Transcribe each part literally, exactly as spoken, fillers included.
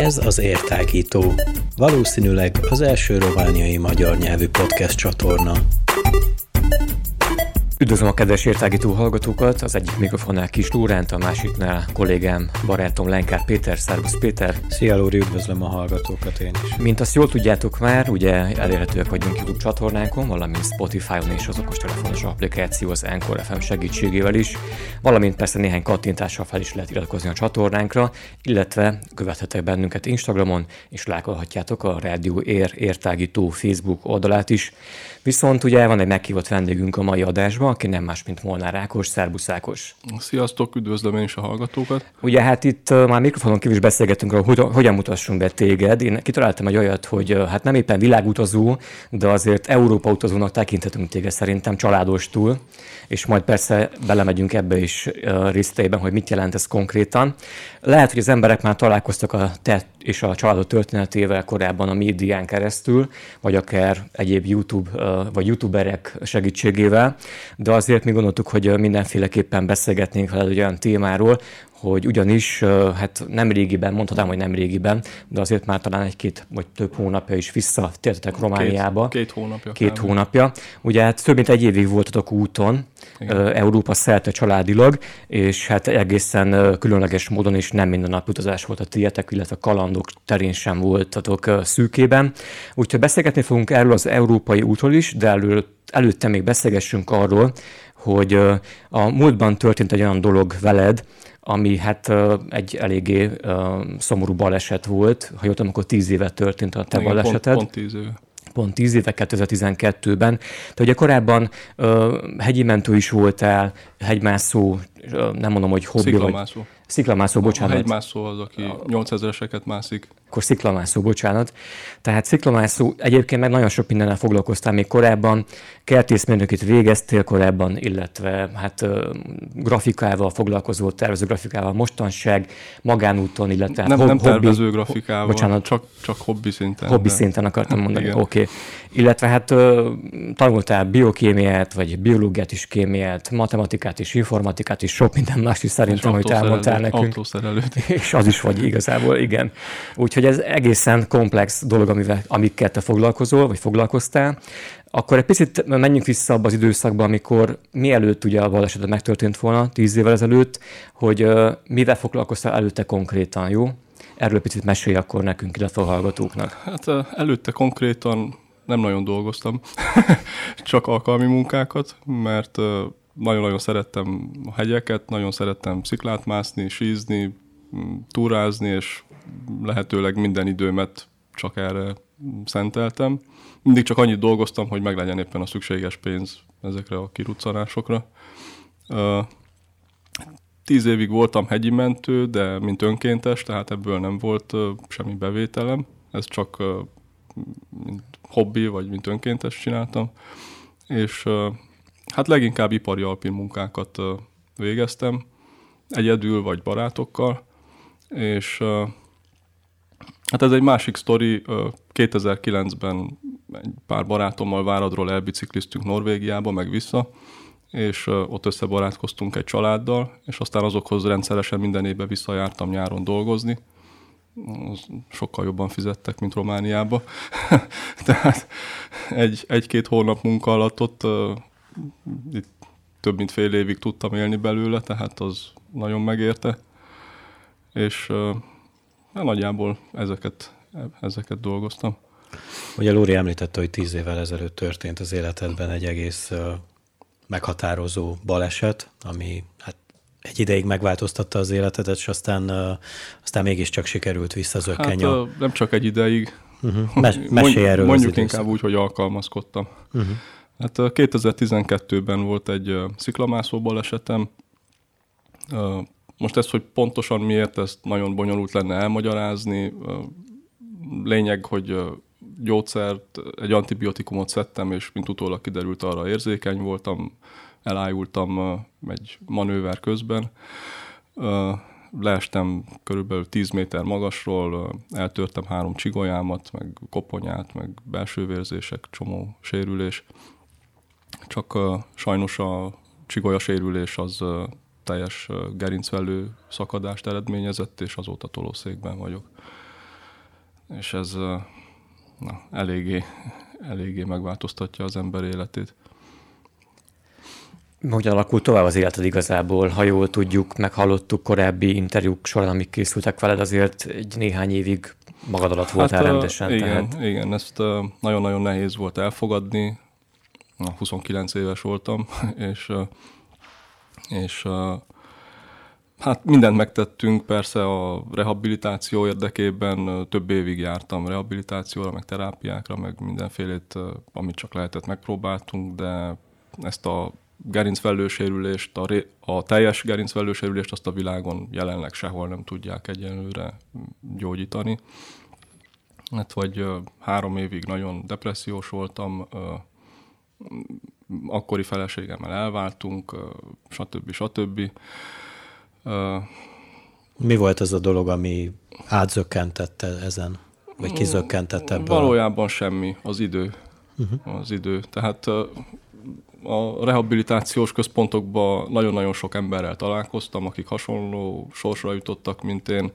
Ez az Értágító, valószínűleg az első romániai magyar nyelvű podcast csatorna. Üdvözlöm a kedves Értágító hallgatókat, az egyik mikrofonnál Kis Lóránt, a másiknál kollégám, barátom Lenkár Péter. Szervusz Péter! Szia Lóri, üdvözlöm a hallgatókat én is. Mint azt jól tudjátok már, ugye elérhetőek vagyunk YouTube csatornánkon, valamint Spotify-on és az okostelefonos applikáció az Anchor ef em segítségével is, valamint persze néhány kattintással fel is lehet iratkozni a csatornánkra, illetve követhetek bennünket Instagramon, és lájkolhatjátok a Rádió Ér Értágító Facebook oldalát is. Viszont ugye van egy meghívott vendégünk a mai adásban, aki nem más, mint Molnár Ákos. Szerbusz Ákos! Sziasztok, üdvözlöm én is a hallgatókat! Ugye hát itt uh, már mikrofonon kívül is beszélgettünk arról, hogy hogyan mutassunk be téged. Én kitaláltam egy olyat, hogy uh, hát nem éppen világutazó, de azért Európa utazónak tekinthetünk téged szerintem családostul, és majd persze belemegyünk ebbe is uh, részleteiben, hogy mit jelent ez konkrétan. Lehet, hogy az emberek már találkoztak a te és a családod történetével korábban a médián keresztül, vagy akár egyéb YouTube uh, vagy youtuberek segítségével, de azért mi gondoltuk, hogy mindenféleképpen beszélgetnénk veled egy olyan témáról, hogy ugyanis, hát nem régiben, mondhatnám, hogy nem régiben, de azért már talán egy-két vagy több hónapja is visszatértetek Romániába. Két, két hónapja. Két kb. hónapja. Ugye hát több mint egy évig voltatok úton, igen. Európa szerte családilag, és hát egészen különleges módon is nem minden nap utazás volt a tietek, illetve a kalandok terén sem voltatok szűkében. Úgyhogy beszélgetni fogunk erről az európai útról is, de elő, előtte még beszélgessünk arról, hogy a múltban történt egy olyan dolog veled, ami hát uh, egy eléggé uh, szomorú baleset volt. Ha jól tudom, akkor tíz éve történt a te igen, baleseted. Pont, pont tíz éve. Pont tíz éve, kétezer-tizenkettőben. Te ugye korábban uh, hegyi mentő is voltál, hegymászó, uh, nem mondom, hogy hobbi Sziklamászó. vagy. Sziklamászó, bocsánat. A hegymászó az, aki nyolcezreseket mászik. Akkor sziklamászó, bocsánat. Tehát sziklamászó, egyébként meg nagyon sok mindennel foglalkoztál még korábban, kertészmérnökit végeztél korábban, illetve hát grafikával foglalkozó, tervező grafikával mostanság, magánúton, illetve Nem, hob, nem tervező hobbi, grafikával, bocsánat, csak, csak hobbi szinten. Hobbi de... szinten akartam mondani, oké. Okay. Illetve hát tanultál biokémiát, vagy biológiát is, kémiát, matematikát is, informatikát is, sok minden más is szerintem, hogy elmondtál nekünk. Autószerelőt. És az is vagy igazából, igen. Úgyhogy ez egészen komplex dolog, amivel, amikkel te foglalkozol, vagy foglalkoztál. Akkor egy picit menjünk vissza abba az időszakba, amikor mielőtt ugye a baleseted megtörtént volna, tíz évvel ezelőtt, hogy uh, mivel foglalkoztál előtte konkrétan, jó? Erről picit mesélj akkor nekünk, illetve a hallgatóknak. Hát uh, előtte konkrétan nem nagyon dolgoztam, csak alkalmi munkákat, mert uh, nagyon-nagyon szerettem a hegyeket, nagyon szerettem sziklát mászni, sízni, túrázni, és lehetőleg minden időmet csak erre szenteltem. Mindig csak annyit dolgoztam, hogy meglegyen éppen a szükséges pénz ezekre a kiruccanásokra. Tíz évig voltam hegyi mentő, de mint önkéntes, tehát ebből nem volt semmi bevételem. Ez csak mint hobbi, vagy mint önkéntes csináltam. És hát leginkább ipari alpin munkákat végeztem, egyedül vagy barátokkal, és hát ez egy másik sztori. kétezer-kilencben egy pár barátommal Váradról elbicikliztünk Norvégiába, meg vissza, és ott összebarátkoztunk egy családdal, és aztán azokhoz rendszeresen minden évben visszajártam nyáron dolgozni. Sokkal jobban fizettek, mint Romániába. Tehát egy, egy-két hónap munka alatt ott itt több mint fél évig tudtam élni belőle, tehát az nagyon megérte. És uh, nagyjából ezeket, ezeket dolgoztam. Ugye Lóri említette, hogy tíz évvel ezelőtt történt az életedben egy egész uh, meghatározó baleset, ami hát egy ideig megváltoztatta az életedet, és aztán, uh, aztán mégiscsak sikerült visszazökkenni. Hát uh, nem csak egy ideig. Uh-huh. Mes- mesélj erről. Mondjuk inkább úgy, hogy alkalmazkodtam. Uh-huh. Hát uh, kétezer-tizenkettőben volt egy uh, sziklamászó balesetem. Uh, Most ez, hogy pontosan miért, ezt nagyon bonyolult lenne elmagyarázni. Lényeg, hogy gyógyszert, egy antibiotikumot szedtem, és mint utólag kiderült, arra érzékeny voltam, elájultam egy manőver közben. Leestem körülbelül tíz méter magasról, eltörtem három csigolyámat, meg koponyát, meg belsővérzések, csomó sérülés. Csak sajnos a csigolyasérülés az teljes gerincvelő szakadást eredményezett, és azóta tolószékben vagyok. és ez na, eléggé, eléggé megváltoztatja az ember életét. Hogyan alakult tovább az életed igazából? Ha jól tudjuk, meghallottuk korábbi interjúk során, amik készültek veled, azért egy néhány évig magad alatt voltál hát, rendesen. Igen, tehát... igen, ezt nagyon-nagyon nehéz volt elfogadni. huszonkilenc éves voltam, és, és hát mindent megtettünk, persze a rehabilitáció érdekében több évig jártam rehabilitációra, meg terápiákra, meg mindenfélét, amit csak lehetett, megpróbáltunk, de ezt a gerincvellősérülést, a, ré, a teljes gerincvellősérülést azt a világon jelenleg sehol nem tudják egyenlőre gyógyítani. Hát vagy három évig nagyon depressziós voltam, akkori feleségemmel elváltunk, stb. stb. Mi volt az a dolog, ami átzökkentette ezen, vagy kizökkentette ebből? Valójában semmi, az idő. Uh-huh. Az idő. Tehát a rehabilitációs központokban nagyon-nagyon sok emberrel találkoztam, akik hasonló sorsra jutottak, mint én.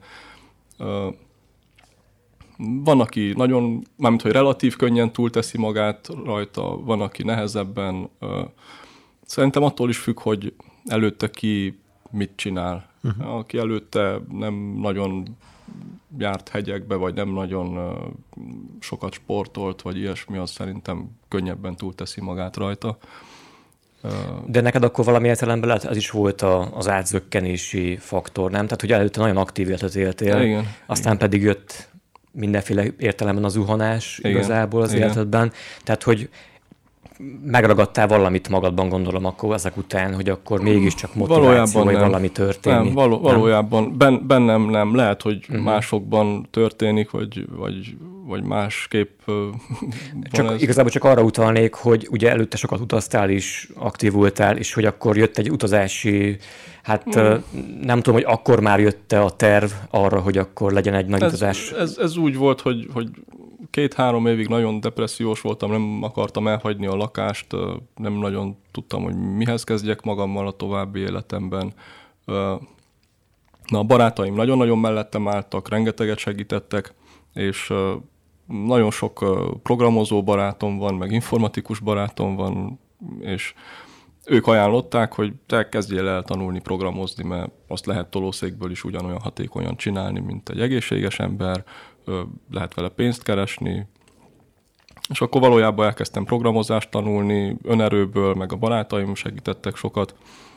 Van, aki nagyon, mármint, hogy relatív könnyen túlteszi magát rajta, van, aki nehezebben. Szerintem attól is függ, hogy előtte ki mit csinál. Uh-huh. Aki előtte nem nagyon járt hegyekbe, vagy nem nagyon sokat sportolt, vagy ilyesmi, az szerintem könnyebben túlteszi magát rajta. De neked akkor valami értelemben lehet, az is volt a, az átzökkenési faktor, nem? Tehát, hogy előtte nagyon aktív életet éltél, igen, aztán igen. pedig jött mindenféle értelemben a zuhanás igen, igazából az igen. életedben. Tehát, hogy megragadtál valamit magadban, gondolom akkor ezek után, hogy akkor mégiscsak motiváció, vagy valami történik. Nem, való, valójában ben, bennem nem. Lehet, hogy uh-huh. másokban történik, vagy, vagy, vagy másképp csak, ez. Igazából csak arra utalnék, hogy ugye előtte sokat utaztál is, aktív voltál, és hogy akkor jött egy utazási, hát hmm. nem tudom, hogy akkor már jött-e a terv arra, hogy akkor legyen egy nagy ez, utazás. Ez, ez úgy volt, hogy, hogy két-három évig nagyon depressziós voltam, nem akartam elhagyni a lakást, nem nagyon tudtam, hogy mihez kezdjek magammal a további életemben. Na, a barátaim nagyon-nagyon mellettem álltak, rengeteget segítettek, és nagyon sok programozó barátom van, meg informatikus barátom van, és ők ajánlották, hogy te kezdjél el tanulni programozni, mert azt lehet tolószékből is ugyanolyan hatékonyan csinálni, mint egy egészséges ember, lehet vele pénzt keresni. És akkor valójában elkezdtem programozást tanulni, önerőből, meg a barátaim segítettek sokat.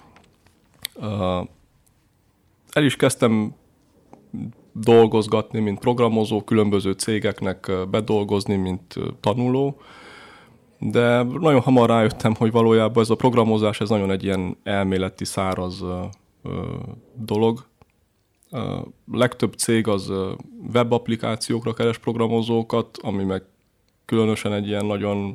El is kezdtem dolgozgatni, mint programozó, különböző cégeknek bedolgozni, mint tanuló, de nagyon hamar rájöttem, hogy valójában ez a programozás, ez nagyon egy ilyen elméleti, száraz dolog. A legtöbb cég az webapplikációkra keres programozókat, ami meg különösen egy ilyen nagyon,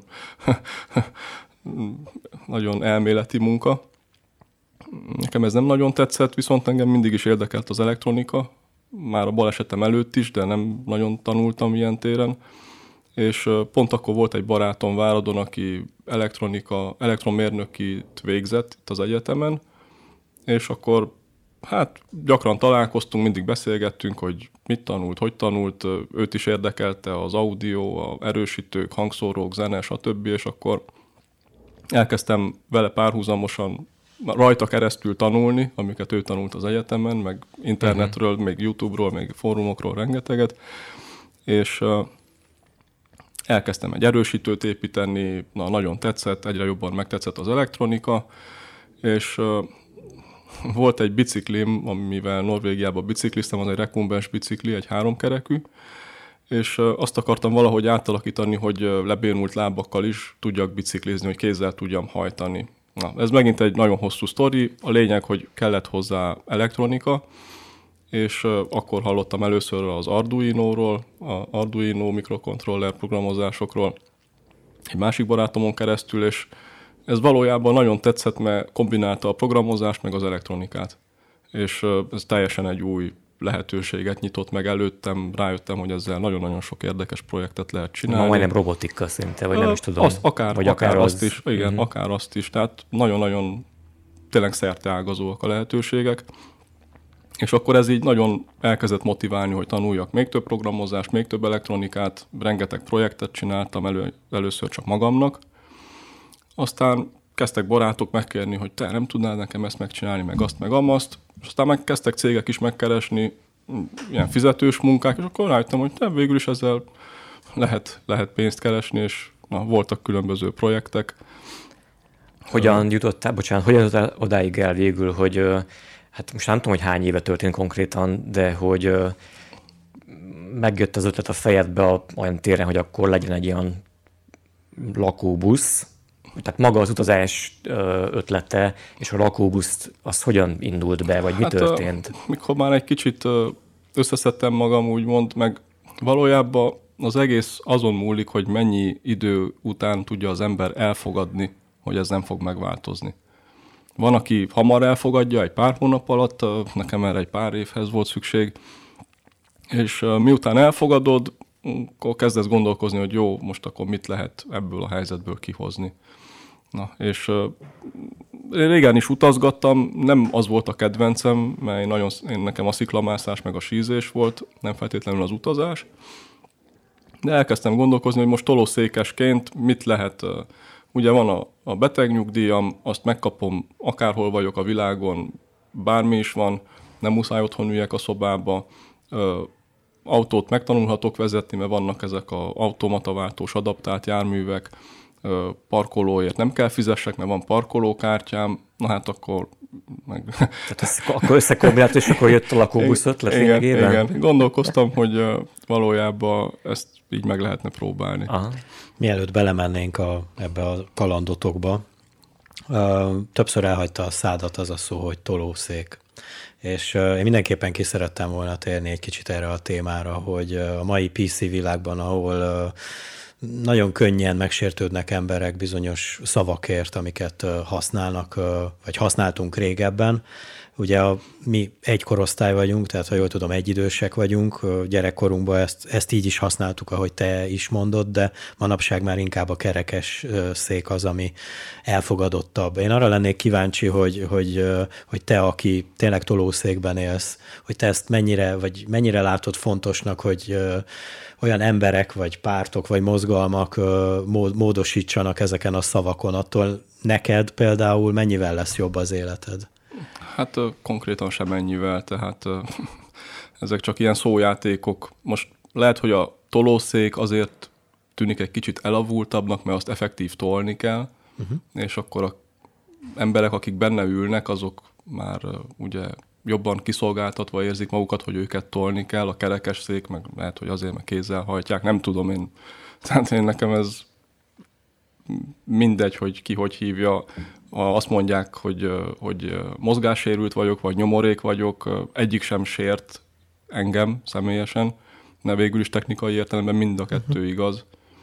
nagyon elméleti munka. Nekem ez nem nagyon tetszett, viszont engem mindig is érdekelt az elektronika, már a balesetem előtt is, de nem nagyon tanultam ilyen téren. És pont akkor volt egy barátom Váradon, aki elektronika, elektromérnökit végzett itt az egyetemen, és akkor hát gyakran találkoztunk, mindig beszélgettünk, hogy mit tanult, hogy tanult, őt is érdekelte az audio, a erősítők, hangszórók, zene, stb. És akkor elkezdtem vele párhuzamosan rajta keresztül tanulni, amiket ő tanult az egyetemen, meg internetről, uh-huh. meg YouTube-ról, meg fórumokról rengeteget, és uh, elkezdtem egy erősítőt építeni, na, nagyon tetszett, egyre jobban megtetszett az elektronika, és uh, volt egy biciklim, amivel Norvégiában bicikliztem, az egy recumbens bicikli, egy háromkerekű, és uh, azt akartam valahogy átalakítani, hogy uh, lebénult lábakkal is tudjak biciklizni, hogy kézzel tudjam hajtani. Na, ez megint egy nagyon hosszú sztori, a lényeg, hogy kellett hozzá elektronika, és uh, akkor hallottam először az Arduino-ról, az Arduino mikrokontroller programozásokról, egy másik barátomon keresztül, és ez valójában nagyon tetszett, mert kombinálta a programozást meg az elektronikát. És uh, ez teljesen egy új lehetőséget nyitott meg előttem, rájöttem, hogy ezzel nagyon-nagyon sok érdekes projektet lehet csinálni. Ma majdnem robotika szinte, vagy nem is tudom. Azt, akár, vagy akár, akár az... azt is, igen, uh-huh. akár azt is. Tehát nagyon-nagyon tényleg szerteágazóak a lehetőségek. És akkor ez így nagyon elkezdett motiválni, hogy tanuljak még több programozást, még több elektronikát, rengeteg projektet csináltam elő, először csak magamnak. Aztán kezdtek barátok megkérni, hogy te nem tudnál nekem ezt megcsinálni, meg azt, meg amazt. És aztán meg kezdtek cégek is megkeresni, ilyen fizetős munkák, és akkor rájöttem, hogy te végül is ezzel lehet, lehet pénzt keresni, és na, voltak különböző projektek. Hogyan jutottál, bocsánat, hogyan jutottál odáig el végül, hogy hát most nem tudom, hogy hány éve történt konkrétan, de hogy megjött az ötlet a fejedbe a, olyan téren, hogy akkor legyen egy ilyen lakóbusz, tehát maga az utazás ötlete és a lakóbusz, az hogyan indult be, vagy mi hát, történt? Mikor már egy kicsit összeszedtem magam, úgymond, meg valójában az egész azon múlik, hogy mennyi idő után tudja az ember elfogadni, hogy ez nem fog megváltozni. Van, aki hamar elfogadja, egy pár hónap alatt, nekem erre egy pár évhez volt szükség, és miután elfogadod, akkor kezdesz gondolkozni, hogy jó, most akkor mit lehet ebből a helyzetből kihozni. Na, és uh, én régen is utazgattam, nem az volt a kedvencem, mert én nagyon, én nekem a sziklamászás meg a sízés volt, nem feltétlenül az utazás. De elkezdtem gondolkozni, hogy most tolószékesként mit lehet. Uh, ugye van a, a betegnyugdíjam, azt megkapom akárhol vagyok a világon, bármi is van, nem muszáj otthon üljek a szobába. Uh, autót megtanulhatok vezetni, mert vannak ezek az automataváltós adaptált járművek, parkolóért nem kell fizessek, mert van parkolókártyám, na hát akkor meg... Tehát ez, akkor összekombinált, és akkor jött a lakóbusz ötlet lényegében? Igen, igen, gondolkoztam, hogy valójában ezt így meg lehetne próbálni. Aha. Mielőtt belemennénk a, ebbe a kalandotokba, többször elhagyta a szádat az a szó, hogy tolószék. És én mindenképpen ki szerettem volna térni egy kicsit erre a témára, hogy a mai pé cé világban, ahol nagyon könnyen megsértődnek emberek bizonyos szavakért, amiket használnak, vagy használtunk régebben. Ugye a, mi egy korosztály vagyunk, tehát ha jól tudom, egyidősek vagyunk, gyerekkorunkban ezt, ezt így is használtuk, ahogy te is mondod, de manapság már inkább a kerekes szék az, ami elfogadottabb. Én arra lennék kíváncsi, hogy, hogy, hogy te, aki tényleg tolószékben élsz, hogy te ezt mennyire, vagy mennyire látod fontosnak, hogy olyan emberek, vagy pártok, vagy mozgalmak módosítsanak ezeken a szavakon, attól neked például mennyivel lesz jobb az életed? Hát konkrétan sem ennyivel, tehát ezek csak ilyen szójátékok. Most lehet, hogy a tolószék azért tűnik egy kicsit elavultabbnak, mert azt effektív tolni kell, uh-huh. és akkor az emberek, akik benne ülnek, azok már ugye jobban kiszolgáltatva érzik magukat, hogy őket tolni kell, a kerekes szék, meg lehet, hogy azért, mert kézzel hajtják, nem tudom én. Tehát én nekem ez mindegy, hogy ki hogy hívja. Azt mondják, hogy, hogy mozgássérült vagyok, vagy nyomorék vagyok, egyik sem sért engem személyesen, de végül is technikai értelemben mind a kettő uh-huh. igaz.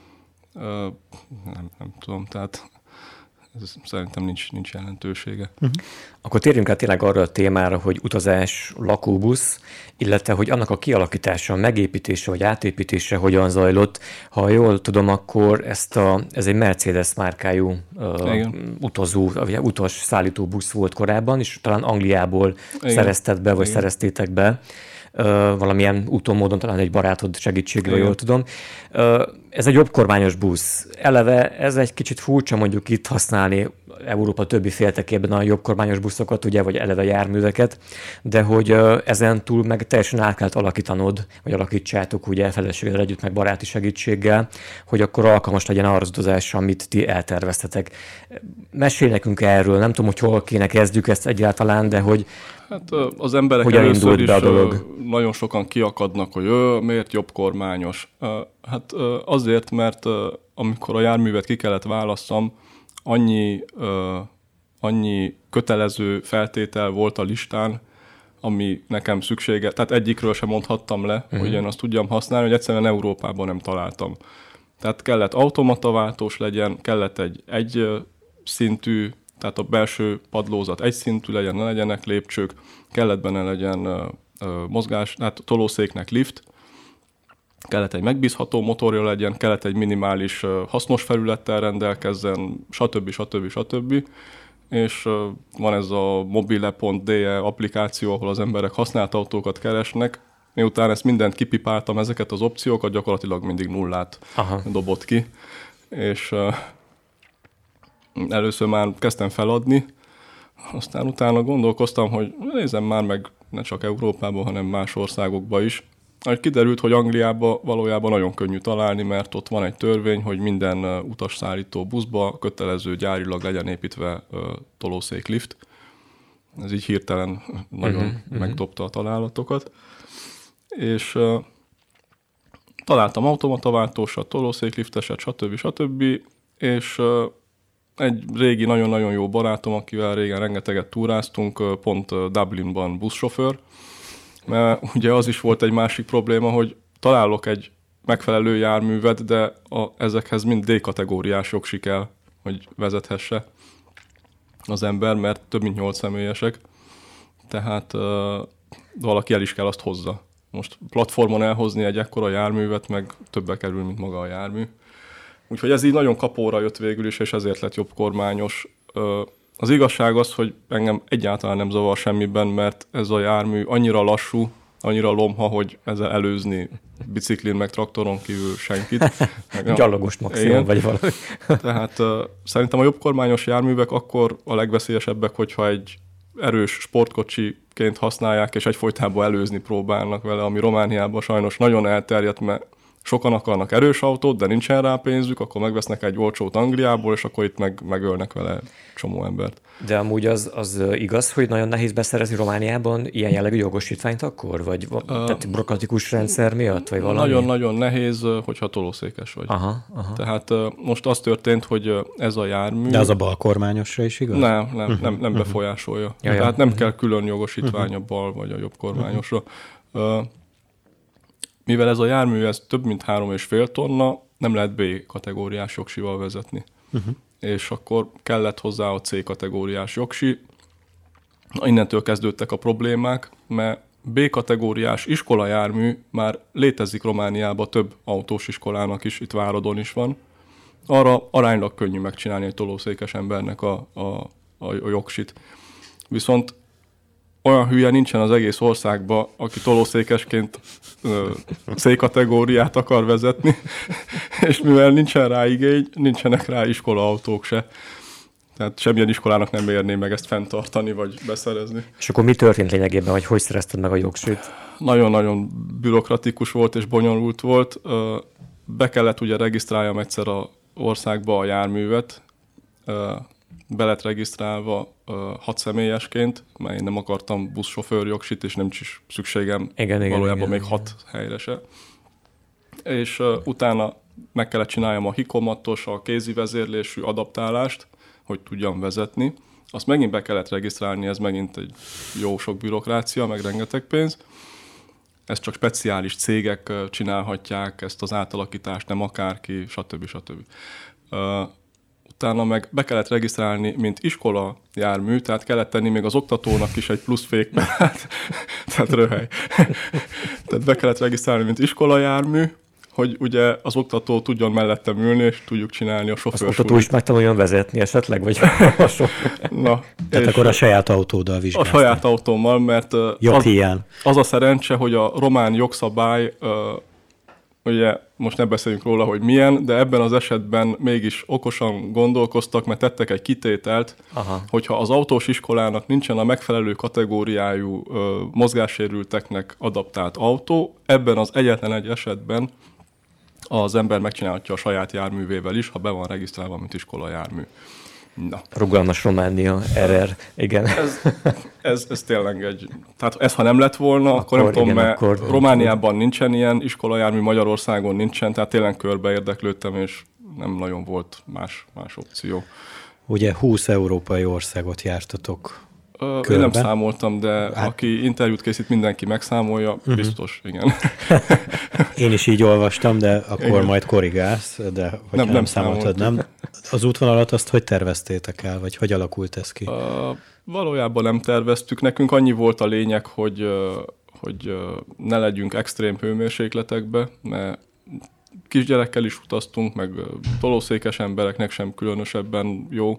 Nem, nem tudom, tehát ez szerintem nincs, nincs jelentősége. Uh-huh. Akkor térjünk át tényleg arra a témára, hogy utazás, lakóbusz, illetve hogy annak a kialakítása, megépítése vagy átépítése hogyan zajlott. Ha jól tudom, akkor ezt a, ez egy Mercedes márkájú uh, utazó, vagy utas szállító busz volt korábban, és talán Angliából Igen. szerezted be, vagy Igen. szereztétek be. Uh, valamilyen úton, módon, talán egy barátod segítségével, jól tudom. Uh, ez egy jobbkormányos busz. Eleve ez egy kicsit furcsa mondjuk itt használni Európa többi féltekében a jobbkormányos buszokat, ugye, vagy eleve járműveket, de hogy uh, ezen túl meg teljesen át kellett alakítanod, vagy alakítsátok ugye feleséggel együtt, meg baráti segítséggel, hogy akkor alkalmas legyen arra az utazásra, amit ti elterveztetek. Mesélj nekünk erről, nem tudom, hogy hol kéne kezdjük ezt egyáltalán, de hogy Hát az emberek hogyan először is a dolog? Nagyon sokan kiakadnak, hogy ö, miért jobb kormányos. Hát azért, mert amikor a járművet ki kellett válasszam, annyi, annyi kötelező feltétel volt a listán, ami nekem szüksége, tehát egyikről sem mondhattam le, uh-huh. hogy én azt tudjam használni, hogy egyszerűen Európában nem találtam. Tehát kellett automataváltós legyen, kellett egy egy szintű, tehát a belső padlózat egyszintű legyen, ne legyenek lépcsők, kellett benne legyen uh, uh, mozgás, hát tolószéknek lift, kellett egy megbízható motorja legyen, kellett egy minimális uh, hasznos felülettel rendelkezzen, stb. stb. stb. és van ez a mobile pont de applikáció, ahol az emberek használt autókat keresnek. Miután ezt mindent kipipáltam, ezeket az opciókat, gyakorlatilag mindig nullát Aha. dobott ki. És uh, először már kezdtem feladni, aztán utána gondolkoztam, hogy nézzem már meg ne csak Európában, hanem más országokban is. Ahogy kiderült, hogy Angliában valójában nagyon könnyű találni, mert ott van egy törvény, hogy minden uh, utasszállító buszba kötelező gyárilag legyen építve uh, tolószéklift. Ez így hirtelen nagyon uh-huh, megdobta a találatokat. És uh, találtam automataváltósat, tolószéklifteset, stb. stb. És uh, egy régi, nagyon-nagyon jó barátom, akivel régen rengeteget túráztunk, uh, pont uh, Dublinban buszsofőr, mert ugye az is volt egy másik probléma, hogy találok egy megfelelő járművet, de a, ezekhez mind D-kategóriás jogsi kell, hogy vezethesse az ember, mert több mint nyolc személyesek, tehát uh, valaki el is kell azt hozza. Most platformon elhozni egy ekkora járművet, meg többe kerül, mint maga a jármű. Úgyhogy ez így nagyon kapóra jött végül is, és ezért lett jobb kormányos. Az igazság az, hogy engem egyáltalán nem zavar semmiben, mert ez a jármű annyira lassú, annyira lomha, hogy ezzel előzni biciklin, meg traktoron kívül senkit. Gyalogos maximum, vagy valami. Tehát uh, szerintem a jobb kormányos járművek akkor a legveszélyesebbek, hogyha egy erős sportkocsiként használják, és egyfolytában előzni próbálnak vele, ami Romániában sajnos nagyon elterjedt, mert sokan akarnak erős autót, de nincsen rá pénzük, akkor megvesznek egy olcsót Angliából, és akkor itt meg, megölnek vele csomó embert. De amúgy az, az igaz, hogy nagyon nehéz beszerezni Romániában ilyen jellegű jogosítványt akkor? Vagy uh, tehát bürokratikus rendszer miatt? Vagy valami? Nagyon-nagyon nehéz, hogyha tolószékes vagy. Aha, aha. Tehát uh, most az történt, hogy ez a jármű... De az a bal kormányosra is igaz? Nem, nem, uh-huh. nem, nem befolyásolja. Uh-huh. Tehát uh-huh. nem kell külön jogosítvány uh-huh. a bal vagy a jobb kormányosra. Uh, mivel ez a jármű ez több mint három és fél tonna, nem lehet B-kategóriás jogsival vezetni. Uh-huh. És akkor kellett hozzá a C-kategóriás jogsi. Na, innentől kezdődtek a problémák, mert B-kategóriás iskolajármű már létezik Romániában, több autós iskolának is, itt Váradon is van. Arra aránylag könnyű megcsinálni egy tolószékes embernek a, a, a, a jogsit. Viszont olyan hülye nincsen az egész országban, aki tolószékesként ö, C-kategóriát akar vezetni, és mivel nincsen rá igény, nincsenek rá iskolaautók se. Tehát semmilyen iskolának nem érné meg ezt fenntartani, vagy beszerezni. És akkor mi történt lényegében, vagy hogy szerezted meg a jogsit? Nagyon-nagyon bürokratikus volt és bonyolult volt. Be kellett ugye regisztráljam egyszer az országba a járművet, be lett regisztrálva uh, hat személyesként, mert én nem akartam buszsofőr jogsit, és nem is szükségem igen, valójában igen, még igen. hat helyre se. És uh, utána meg kellett csináljam a hikomatos, a kézi vezérlésű adaptálást, hogy tudjam vezetni. Azt megint be kellett regisztrálni, ez megint egy jó sok bürokrácia, meg rengeteg pénz. Ezt csak speciális cégek uh, csinálhatják, ezt az átalakítást, nem akárki, stb. stb. Uh, Utána meg be kellett regisztrálni, mint iskola jármű, tehát kellett tenni még az oktatónak is egy plusz fékpárt, tehát röhely. Tehát be kellett regisztrálni, mint iskola jármű, hogy ugye az oktató tudjon mellettem ülni, és tudjuk csinálni a sofőr. Az oktató is megtanuljon vezetni esetleg, vagy Na, tehát akkor a saját autóddal vizsgáltam. A saját autómmal, mert az, az a szerencse, hogy a román jogszabály, ugye most ne beszéljünk róla, hogy milyen, de ebben az esetben mégis okosan gondolkoztak, mert tettek egy kitételt, Aha. hogyha az autós iskolának nincsen a megfelelő kategóriájú ö, mozgássérülteknek adaptált autó, ebben az egyetlen egy esetben az ember megcsinálhatja a saját járművével is, ha be van regisztrálva, mint iskola jármű. Na. Rugalmas Románia, er er, igen. Ez, ez, ez tényleg egy... Tehát ez, ha nem lett volna, akkor, akkor nem tudom, igen, mert akkor Romániában nincsen ilyen iskolajármű, Magyarországon nincsen, tehát tényleg körbe érdeklődtem, és nem nagyon volt más, más opció. Ugye húsz európai országot jártatok Ö, én nem számoltam, de hát... aki interjút készít, mindenki megszámolja, uh-huh. biztos, igen. Én is így olvastam, de akkor igen. majd korrigálsz, de hogyha nem, nem, nem számoltad, nem? Az útvonalat azt hogy terveztétek el, vagy hogy alakult ez ki? Uh, valójában nem terveztük. Nekünk annyi volt a lényeg, hogy, uh, hogy uh, ne legyünk extrém hőmérsékletekbe, mert kisgyerekkel is utaztunk, meg uh, tolószékes embereknek sem különösebben jó,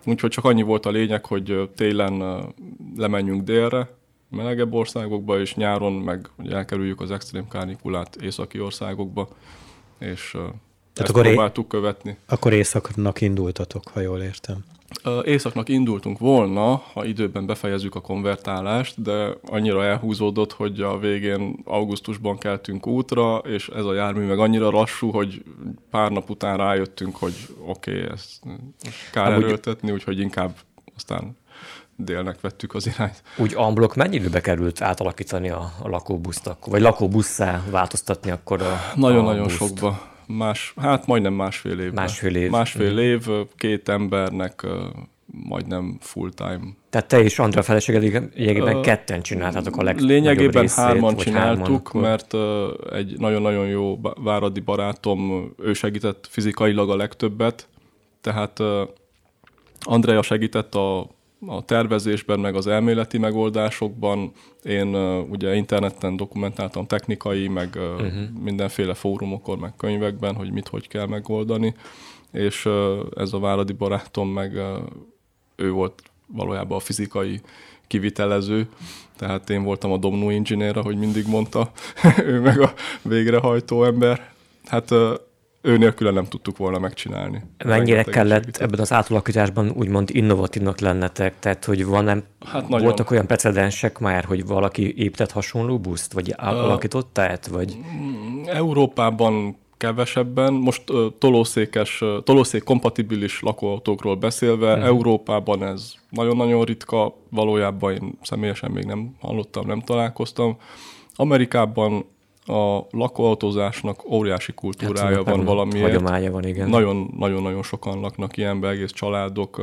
Úgyhogy csak annyi volt a lényeg, hogy télen lemenjünk délre, melegebb országokba, és nyáron meg elkerüljük az extrém kánikulát északi országokba, és ezt akkor próbáltuk é- követni. Akkor északnak indultatok, ha jól értem. Északnak indultunk volna, ha időben befejezzük a konvertálást, de annyira elhúzódott, hogy a végén augusztusban keltünk útra, és ez a jármű meg annyira lassú, hogy pár nap után rájöttünk, hogy oké, okay, ezt kár Amúgy... erőltetni, úgyhogy inkább aztán délnek vettük az irányt. Úgy en-bloc mennyi időbe került átalakítani a, a lakóbuszt akkor, vagy lakóbusszá változtatni akkor a Nagyon-nagyon buszt? Sokba. Más, hát majdnem másfél évben. Másfél év. Másfél mm. év, két embernek majdnem full time. Tehát te és Andrea feleségedében uh, ketten csináltátok a legnagyobb Lényegében részét, hárman csináltuk, hárman, mert uh, egy nagyon-nagyon jó váradi barátom, ő segített fizikailag a legtöbbet, tehát uh, Andrea segített a a tervezésben, meg az elméleti megoldásokban. Én uh, ugye interneten dokumentáltam technikai, meg uh, uh-huh. mindenféle fórumokon, meg könyvekben, hogy mit, hogy kell megoldani, és uh, ez a váradi barátom, meg uh, ő volt valójában a fizikai kivitelező, tehát én voltam a domino engineer, ahogy mindig mondta, ő meg a végrehajtó ember. Hát uh, ő nélküle nem tudtuk volna megcsinálni. Mennyire kellett segített. Ebben az átalakításban úgymond innovatívnak lennetek? Tehát, hogy van, nem, hát voltak olyan precedensek már, hogy valaki épített hasonló buszt? Vagy alakított át? Vagy... Európában kevesebben. Most uh, tolószékes, uh, tolószék kompatibilis lakóautókról beszélve, hmm. Európában ez nagyon-nagyon ritka. Valójában én személyesen még nem hallottam, nem találkoztam. Amerikában a lakóautózásnak óriási kultúrája van valamiért. Hagyománya van, igen. Nagyon-nagyon sokan laknak ilyenbe, egész családok.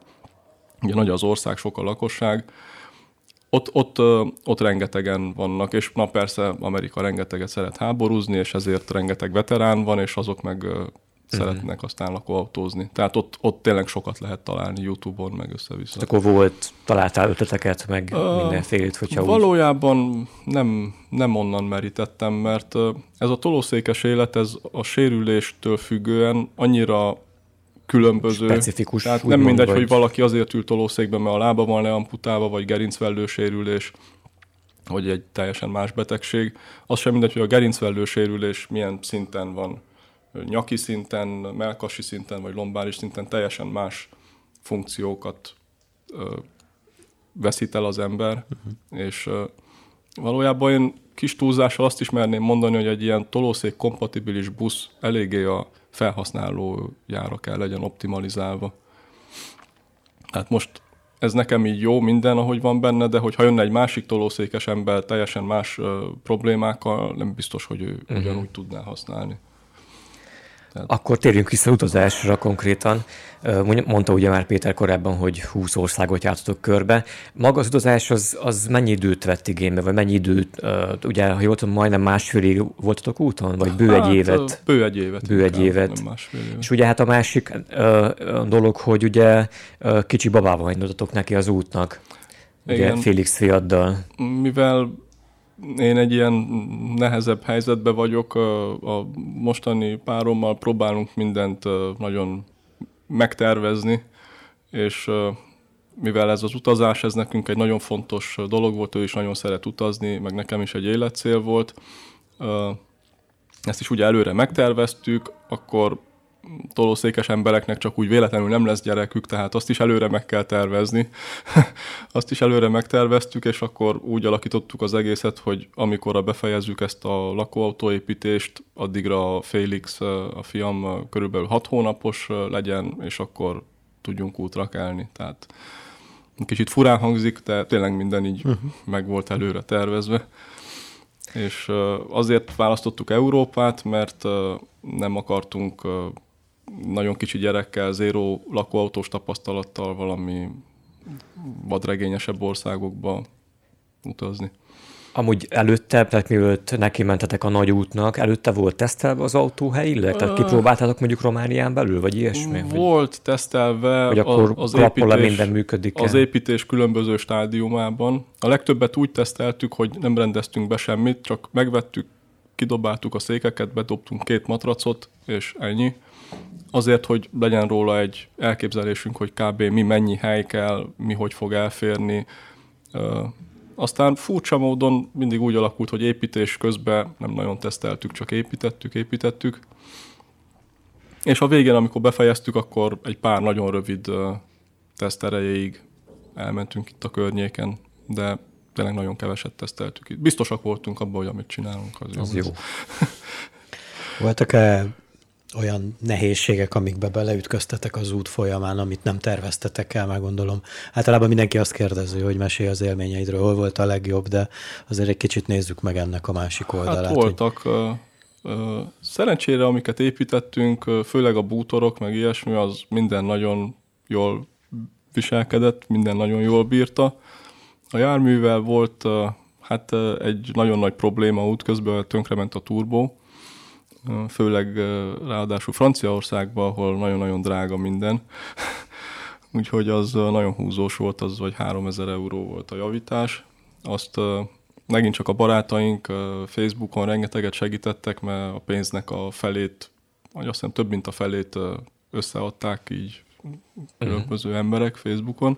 Ugye nagy az ország, sok a lakosság. Ott, ott, ott rengetegen vannak, és na persze Amerika rengeteget szeret háborúzni, és ezért rengeteg veterán van, és azok meg szeretnek uh-huh. aztán lakóautózni. Tehát ott, ott tényleg sokat lehet találni YouTube-on, meg össze-vissza. Akkor volt, találtál ötleteket, meg uh, mindenfélét, hogyha valójában úgy... nem, nem onnan merítettem, mert ez a tolószékes élet, ez a sérüléstől függően annyira különböző. Specifikus. Tehát nem mindegy, vagy... hogy valaki azért ül tolószékben, mert a lába van leamputálva, vagy gerincvellő sérülés, vagy egy teljesen más betegség. Az sem mindegy, hogy a gerincvellő sérülés milyen szinten van. Nyaki szinten, mellkasi szinten, vagy lombáris szinten teljesen más funkciókat ö, veszít el az ember, uh-huh. és ö, valójában én kis túlzással azt is merném mondani, hogy egy ilyen tolószék kompatibilis busz eléggé a felhasználójára kell legyen optimalizálva. Hát most ez nekem így jó minden, ahogy van benne, de hogyha jönne egy másik tolószékes ember teljesen más ö, problémákkal, nem biztos, hogy ő uh-huh. ugyanúgy tudná használni. Tehát... Akkor térjünk vissza utazásra konkrétan. Mondta ugye már Péter korábban, hogy húsz országot jártatok körbe. Maga az utazás az, az mennyi időt vett igénybe, vagy mennyi időt, ugye, ha jól tudom, majdnem másfélig voltatok úton, vagy bő hát, egy évet? Bő egy évet. Bő egy évet. évet. És ugye hát a másik uh, dolog, hogy ugye uh, kicsi babával indultatok neki az útnak, ugye Félix fiaddal. Mivel én egy ilyen nehezebb helyzetben vagyok, a mostani párommal próbálunk mindent nagyon megtervezni, és mivel ez az utazás, ez nekünk egy nagyon fontos dolog volt, ő is nagyon szeret utazni, meg nekem is egy életcél volt. Ezt is ugye előre megterveztük, akkor tolószékes embereknek csak úgy véletlenül nem lesz gyerekük, tehát azt is előre meg kell tervezni. Azt is előre megterveztük, és akkor úgy alakítottuk az egészet, hogy amikor befejezzük ezt a lakóautóépítést, addigra a Félix, a fiam körülbelül hat hónapos legyen, és akkor tudjunk útra kelni. Tehát kicsit furán hangzik, de tényleg minden így uh-huh. meg volt előre tervezve. És azért választottuk Európát, mert nem akartunk nagyon kicsi gyerekkel, zéró lakóautós tapasztalattal valami vadregényesebb országokba utazni. Amúgy előtte, tehát mielőtt neki mentetek a nagy útnak, előtte volt tesztelve az autó helyileg? Tehát kipróbáltátok mondjuk Románián belül, vagy ilyesmi? Volt hogy, tesztelve, hogy akkor az, építés, minden működik az építés különböző stádiumában. A legtöbbet úgy teszteltük, hogy nem rendeztünk be semmit, csak megvettük, kidobáltuk a székeket, bedobtunk két matracot, és ennyi. azért, hogy legyen róla egy elképzelésünk, hogy kb. Mi mennyi hely kell, mi hogy fog elférni. Aztán furcsa módon mindig úgy alakult, hogy építés közben nem nagyon teszteltük, csak építettük, építettük. És a végén, amikor befejeztük, akkor egy pár nagyon rövid teszt erejéig elmentünk itt a környéken, de tényleg nagyon keveset teszteltük itt. Biztosak voltunk abban, hogy amit csinálunk, az, az jó. jó. Voltak-e olyan nehézségek, amikbe beleütköztetek az út folyamán, amit nem terveztetek el, meg gondolom. Általában mindenki azt kérdezi, hogy mesélj az élményeidről, hol volt a legjobb, de azért egy kicsit nézzük meg ennek a másik oldalát. Hát voltak. Hogy... Szerencsére, amiket építettünk, főleg a bútorok, meg ilyesmi, az minden nagyon jól viselkedett, minden nagyon jól bírta. A járművel volt hát egy nagyon nagy probléma útközben, tönkrement a turbó, főleg ráadásul Franciaországban, ahol nagyon-nagyon drága minden. Úgyhogy az nagyon húzós volt, az vagy háromezer euró volt a javítás. Azt megint csak a barátaink Facebookon rengeteget segítettek, mert a pénznek a felét, vagy azt hiszem több mint a felét összeadták így különböző uh-huh. emberek Facebookon.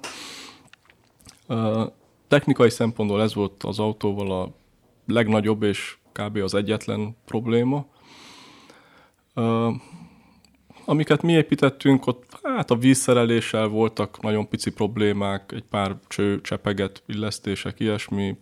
Technikai szempontból ez volt az autóval a legnagyobb és kb. Az egyetlen probléma. Amiket mi építettünk, ott hát a vízszereléssel voltak nagyon pici problémák, egy pár cső, csepeget, illesztések, ilyesmi,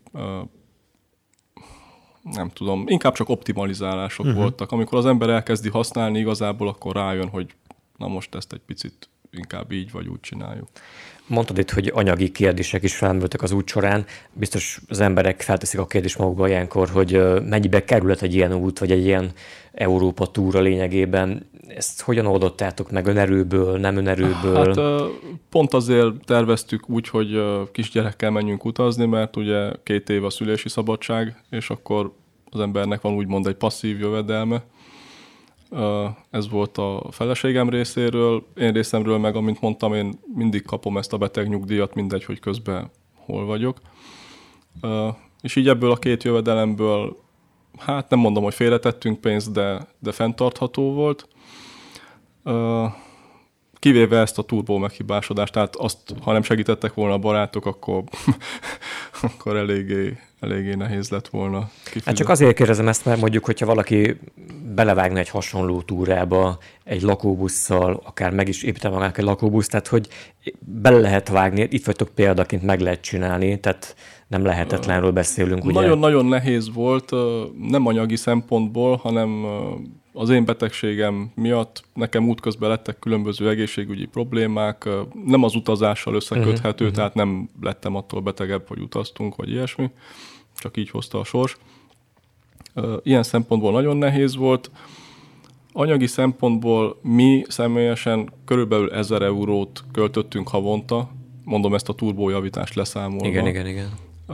nem tudom, inkább csak optimalizálások uh-huh. voltak. Amikor az ember elkezdi használni igazából, akkor rájön, hogy na most ezt egy picit inkább így vagy úgy csináljuk. Mondtad itt, hogy anyagi kérdések is felmerültek az út során. Biztos az emberek felteszik a kérdést magukba ilyenkor, hogy mennyibe kerülhet egy ilyen út, vagy egy ilyen Európa túra lényegében. Ezt hogyan oldottátok meg? Önerőből, nem önerőből? Hát pont azért terveztük úgy, hogy kisgyerekkel menjünk utazni, mert ugye két év a szülési szabadság, és akkor az embernek van úgymond egy passzív jövedelme. Ez volt a feleségem részéről, én részemről meg, amint mondtam, én mindig kapom ezt a betegnyugdíjat, mindegy, hogy közben hol vagyok. És így ebből a két jövedelemből, hát nem mondom, hogy félretettünk pénzt, de, de fenntartható volt. Kivéve ezt a turbó meghibásodást, tehát azt, ha nem segítettek volna a barátok, akkor, akkor eléggé, eléggé nehéz lett volna kifizetni. Hát csak azért kérdezem ezt, mert mondjuk, hogyha valaki belevágna egy hasonló túrába, egy lakóbusszal, akár meg is építem magának egy lakóbuszt, tehát hogy bele lehet vágni, itt vagytok példaként, meg lehet csinálni, tehát nem lehetetlenről beszélünk, ugye? Nagyon-nagyon nehéz volt, nem anyagi szempontból, hanem az én betegségem miatt nekem útközben lettek különböző egészségügyi problémák, nem az utazással összeköthető, uh-huh, tehát nem lettem attól betegebb, hogy utaztunk, vagy ilyesmi, csak így hozta a sors. Ilyen szempontból nagyon nehéz volt. Anyagi szempontból mi személyesen körülbelül ezer eurót költöttünk havonta, mondom ezt a turbójavítást leszámolva. Igen, igen, igen.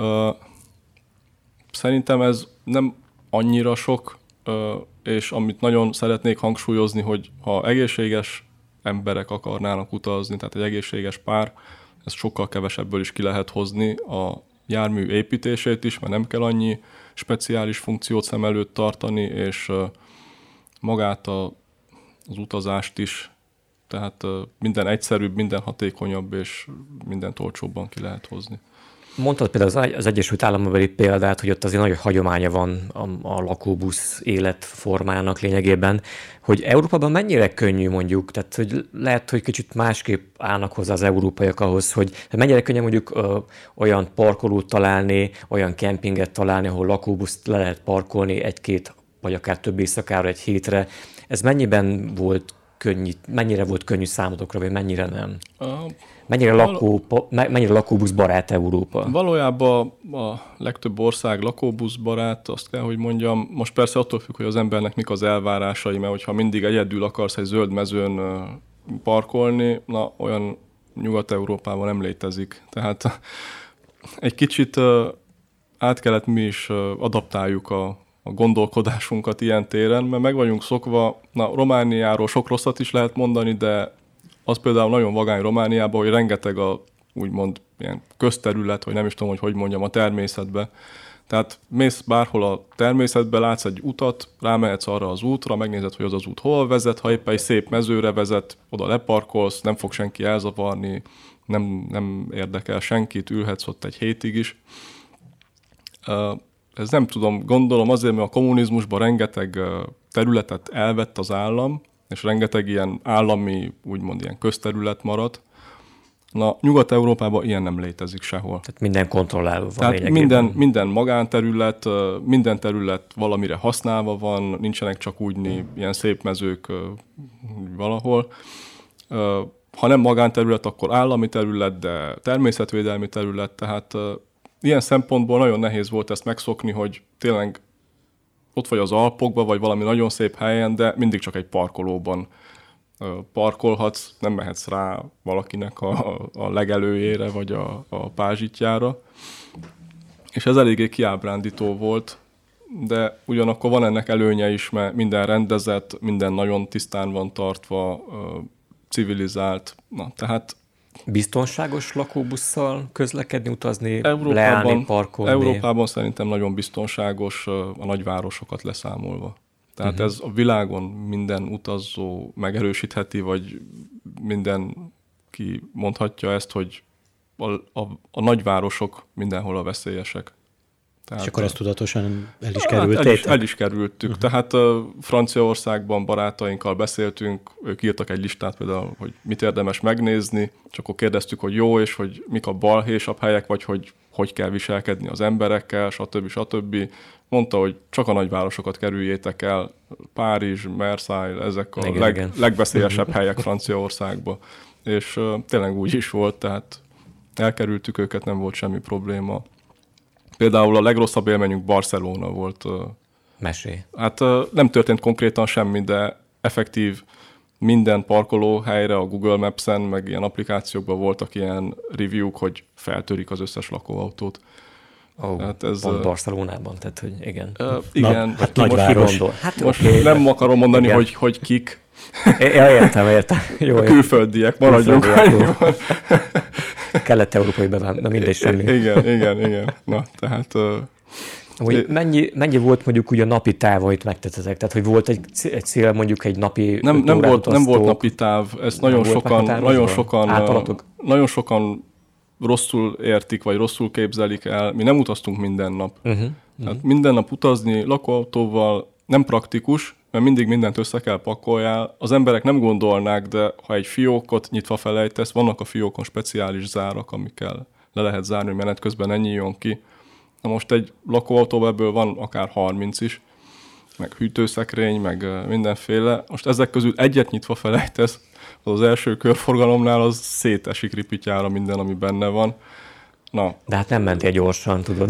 Szerintem ez nem annyira sok, és amit nagyon szeretnék hangsúlyozni, hogy ha egészséges emberek akarnának utazni, tehát egy egészséges pár, ezt sokkal kevesebből is ki lehet hozni a jármű építését is, mert nem kell annyi speciális funkciót szem előtt tartani, és magát a, az utazást is, tehát minden egyszerűbb, minden hatékonyabb, és minden olcsóbban ki lehet hozni. Mondtad például az Egyesült Államokbeli példát, hogy ott azért nagy hagyománya van a, a lakóbusz életformának lényegében, hogy Európában mennyire könnyű mondjuk, tehát hogy lehet, hogy kicsit másképp állnak hozzá az európaiak ahhoz, hogy mennyire könnyű mondjuk ö, olyan parkolót találni, olyan kempinget találni, ahol lakóbuszt le lehet parkolni egy-két, vagy akár több éjszakára, egy hétre. Ez mennyiben volt könnyű, mennyire volt könnyű számotokra, vagy mennyire nem? Uh, mennyire, lakó, mennyire lakóbusz barát Európa? Valójában a legtöbb ország lakóbusz barát, azt kell, hogy mondjam. Most persze attól függ, hogy az embernek mik az elvárásai, mert hogyha mindig egyedül akarsz egy zöld mezőn parkolni, na olyan Nyugat-Európában nem létezik. Tehát egy kicsit át kellett mi is adaptáljuk a a gondolkodásunkat ilyen téren, mert meg vagyunk szokva, na Romániáról sok rosszat is lehet mondani, de az például nagyon vagány Romániában, hogy rengeteg a úgymond ilyen közterület, vagy nem is tudom, hogy hogy mondjam, a természetbe. Tehát mész bárhol a természetben, látsz egy utat, rámehetsz arra az útra, megnézed, hogy az az út hol vezet, ha éppen egy szép mezőre vezet, oda leparkolsz, nem fog senki elzavarni, nem, nem érdekel senkit, ülhetsz ott egy hétig is. Ez nem tudom, gondolom azért, mert a kommunizmusban rengeteg területet elvett az állam, és rengeteg ilyen állami, úgymond ilyen közterület maradt. Na, Nyugat-Európában ilyen nem létezik sehol. Tehát minden kontrollálva van. Tehát minden, minden magánterület, minden terület valamire használva van, nincsenek csak úgy ilyen szép mezők valahol. Ha nem magánterület, akkor állami terület, de természetvédelmi terület, tehát ilyen szempontból nagyon nehéz volt ezt megszokni, hogy tényleg ott vagy az Alpokban, vagy valami nagyon szép helyen, de mindig csak egy parkolóban parkolhatsz, nem mehetsz rá valakinek a, a legelőjére, vagy a, a pázsitjára. És ez eléggé kiábrándító volt, de ugyanakkor van ennek előnye is, mert minden rendezett, minden nagyon tisztán van tartva, civilizált. Na, tehát biztonságos lakóbusszal közlekedni, utazni, Európában, leállni, parkolni? Európában szerintem nagyon biztonságos, a nagyvárosokat leszámolva. Tehát uh-huh. ez a világon minden utazó megerősítheti, vagy mindenki mondhatja ezt, hogy a, a, a nagyvárosok mindenhol a veszélyesek. Tehát, és akkor ezt tudatosan el is hát kerültétek? El is, el is kerültük. Uh-huh. Tehát uh, Franciaországban barátainkkal beszéltünk, ők írtak egy listát például, hogy mit érdemes megnézni, és akkor kérdeztük, hogy jó, és hogy mik a balhésabb helyek, vagy hogy hogy kell viselkedni az emberekkel, stb. stb. Mondta, hogy csak a nagyvárosokat kerüljétek el, Párizs, Marseille, ezek a igen, leg, igen. legbeszélyesebb helyek Franciaországban. És uh, tényleg úgy is volt, tehát elkerültük őket, nem volt semmi probléma. Például a legrosszabb élményünk Barcelona volt. Mesélj. Hát nem történt konkrétan semmi, de effektív minden parkolóhelyre a Google Maps-en, meg ilyen applikációkban voltak ilyen review-k, hogy feltörik az összes lakóautót. Oh, hát ez pont Barcelonában, tehát hogy igen. Uh, igen. Na, hát nagyváros. Hát most okay. Nem akarom mondani, hogy, hogy kik. Ja, értem, értem. Jó, a külföldiek, maradjunk. Kelet-európai bevált, na mindegy semmi. Igen, igen, igen. Na, tehát... Uh, mennyi, mennyi volt mondjuk úgy a napi táv, amit megtettetek? Tehát, hogy volt egy, egy cél, mondjuk egy napi nem, nem, volt, nem volt napi táv, ezt nagyon sokan, nagyon sokan, nagyon sokan rosszul értik, vagy rosszul képzelik el. Mi nem utaztunk minden nap. Uh-huh, uh-huh. Minden nap utazni lakóautóval nem praktikus, mert mindig mindent össze kell pakoljál. Az emberek nem gondolnák, de ha egy fiókot nyitva felejtesz, vannak a fiókon speciális zárak, amikkel le lehet zárni, hogy menet közben ne nyíljon ki. Na most egy lakóautóban ebből van akár harminc is, meg hűtőszekrény, meg mindenféle. Most ezek közül egyet nyitva felejtesz, az, az első körforgalomnál az szétesik ripityára minden, ami benne van. Na. De hát nem mentél gyorsan, tudod.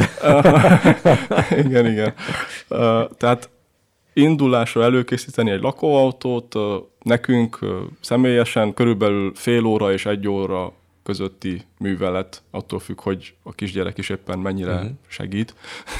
igen, igen. Tehát indulásra előkészíteni egy lakóautót, nekünk személyesen körülbelül fél óra és egy óra közötti művelet, attól függ, hogy a kisgyerek is éppen mennyire uh-huh. segít.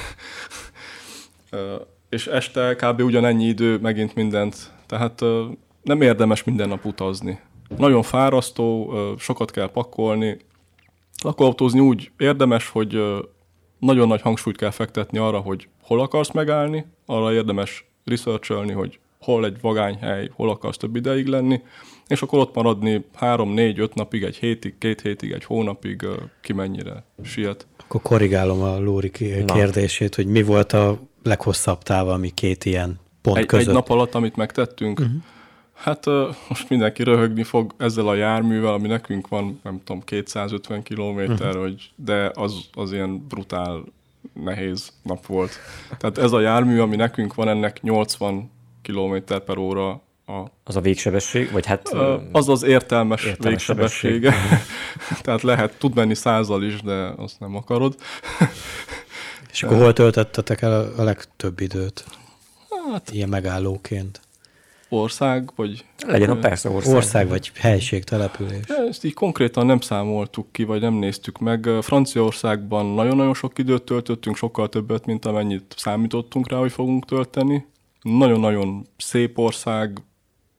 És este kb. Ugyanennyi idő, megint mindent. Tehát nem érdemes minden nap utazni. Nagyon fárasztó, sokat kell pakolni. Lakóautózni úgy érdemes, hogy nagyon nagy hangsúlyt kell fektetni arra, hogy hol akarsz megállni, arra érdemes researcholni, hogy hol egy vagányhely, hol akarsz több ideig lenni, és akkor ott maradni három, négy, öt napig, egy hétig, két hétig, egy hónapig, ki mennyire siet. Akkor korrigálom a Lóri kérdését, hogy mi volt a leghosszabb táv, ami két ilyen pont egy, között? Egy nap alatt, amit megtettünk? Uh-huh. Hát uh, most mindenki röhögni fog ezzel a járművel, ami nekünk van, nem tudom, kétszázötven kilométer, uh-huh. hogy, de az, az ilyen brutál nehéz nap volt. Tehát ez a jármű, ami nekünk van, ennek nyolcvan kilométer per óra a... Az a végsebesség? Vagy hát... Uh, az az értelmes, értelmes végsebessége. Tehát lehet, tud menni százal is, de azt nem akarod. És akkor hol töltöttetek el a legtöbb időt? Hát, ilyen megállóként. Ország, vagy... Legyen a persze ország. Ország, vagy helység, település. Ezt így konkrétan nem számoltuk ki, vagy nem néztük meg. Franciaországban nagyon-nagyon sok időt töltöttünk, sokkal többet, mint amennyit számítottunk rá, hogy fogunk tölteni. Nagyon-nagyon szép ország,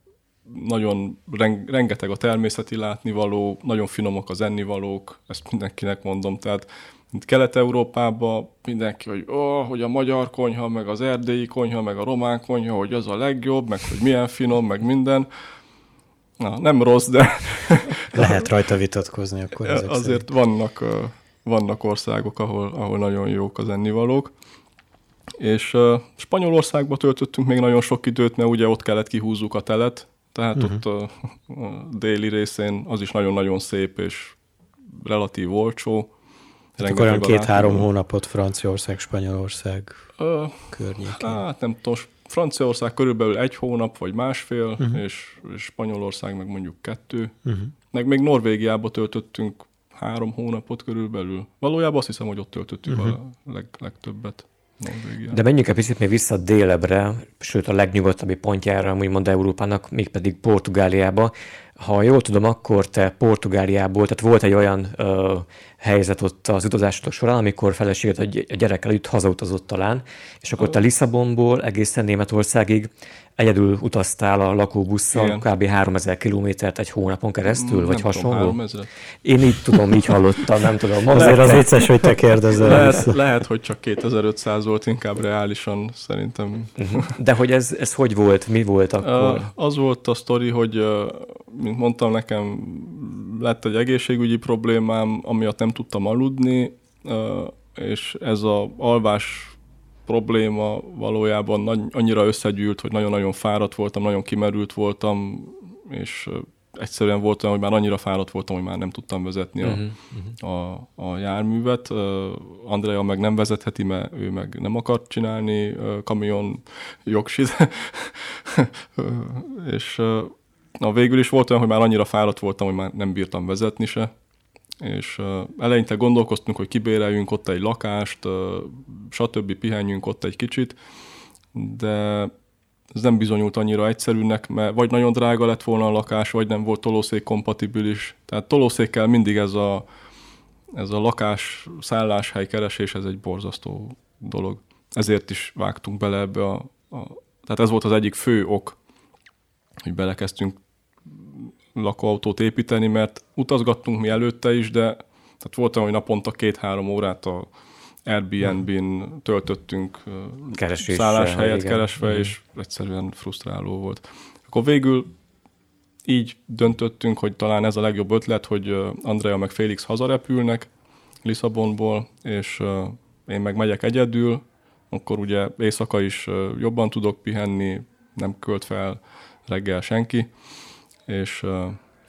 nagyon rengeteg a természeti látnivaló, nagyon finomak az ennivalók, ezt mindenkinek mondom, tehát mint Kelet-Európában mindenki, hogy, oh, hogy a magyar konyha, meg az erdélyi konyha, meg a román konyha, hogy az a legjobb, meg hogy milyen finom, meg minden. Na, nem rossz, de... Lehet rajta vitatkozni akkor ezek azért vannak, vannak országok, ahol, ahol nagyon jók az ennivalók. És uh, Spanyolországban töltöttünk még nagyon sok időt, mert ugye ott kellett kihúzzuk a telet, tehát uh-huh. ott uh, a déli részén az is nagyon-nagyon szép és relatív olcsó. Tehát olyan két-három hónapot Franciaország, Spanyolország uh, környékén. Hát nem tudom, Franciaország körülbelül egy hónap vagy másfél, uh-huh. és, és Spanyolország meg mondjuk kettő. Uh-huh. Meg még Norvégiába töltöttünk három hónapot körülbelül. Valójában azt hiszem, hogy ott töltöttük uh-huh. a leg, legtöbbet. Norvégiában. De menjünk egy picit még vissza délebbre, sőt a legnyugodtabbi pontjára, úgymond Európának, mégpedig Portugáliába. Ha jól tudom, akkor te Portugáliából, tehát volt egy olyan ö, helyzet ott az utazásotok során, amikor feleséged a gyerekkel együtt hazautazott talán, és akkor te Lisszabonból egészen Németországig egyedül utaztál a lakóbusszal, kb. háromezer kilométert egy hónapon keresztül, nem vagy tudom, hasonló? háromezer. Én így tudom, így hallottam, nem tudom. Azért az vicces, hogy te kérdezel. Lehet, lehet, hogy csak kétezer-ötszáz volt, inkább reálisan szerintem. De hogy ez, ez hogy volt, mi volt akkor? Az volt a sztori, hogy mint mondtam, nekem lett egy egészségügyi problémám, amiatt nem tudtam aludni, és ez az alvás probléma valójában nagy, annyira összegyűlt, hogy nagyon-nagyon fáradt voltam, nagyon kimerült voltam, és egyszerűen volt olyan, hogy már annyira fáradt voltam, hogy már nem tudtam vezetni a, uh-huh. a, a járművet. Andrea meg nem vezetheti, mert ő meg nem akart csinálni kamion jogsit. És na, végül is volt olyan, hogy már annyira fáradt voltam, hogy már nem bírtam vezetni se. És uh, eleinte gondolkoztunk, hogy kibéreljünk ott egy lakást, uh, stb. Pihenjünk ott egy kicsit, de ez nem bizonyult annyira egyszerűnek, mert vagy nagyon drága lett volna a lakás, vagy nem volt tolószék kompatibilis. Tehát tolószékkel mindig ez a, ez a lakás, szálláshely keresés, ez egy borzasztó dolog. Ezért is vágtunk bele ebbe a, a... Tehát ez volt az egyik fő ok, hogy belekezdtünk lakóautót építeni, mert utazgattunk mi előtte is, de tehát volt olyan, hogy naponta két-három órát a Airbnb-n töltöttünk Kereséssel, szálláshelyet igen. keresve, mm. és egyszerűen frusztráló volt. Akkor végül így döntöttünk, hogy talán ez a legjobb ötlet, hogy Andrea meg Félix hazarepülnek Lisszabonból, és én meg megyek egyedül, akkor ugye éjszaka is jobban tudok pihenni, nem költ fel reggel senki, és uh,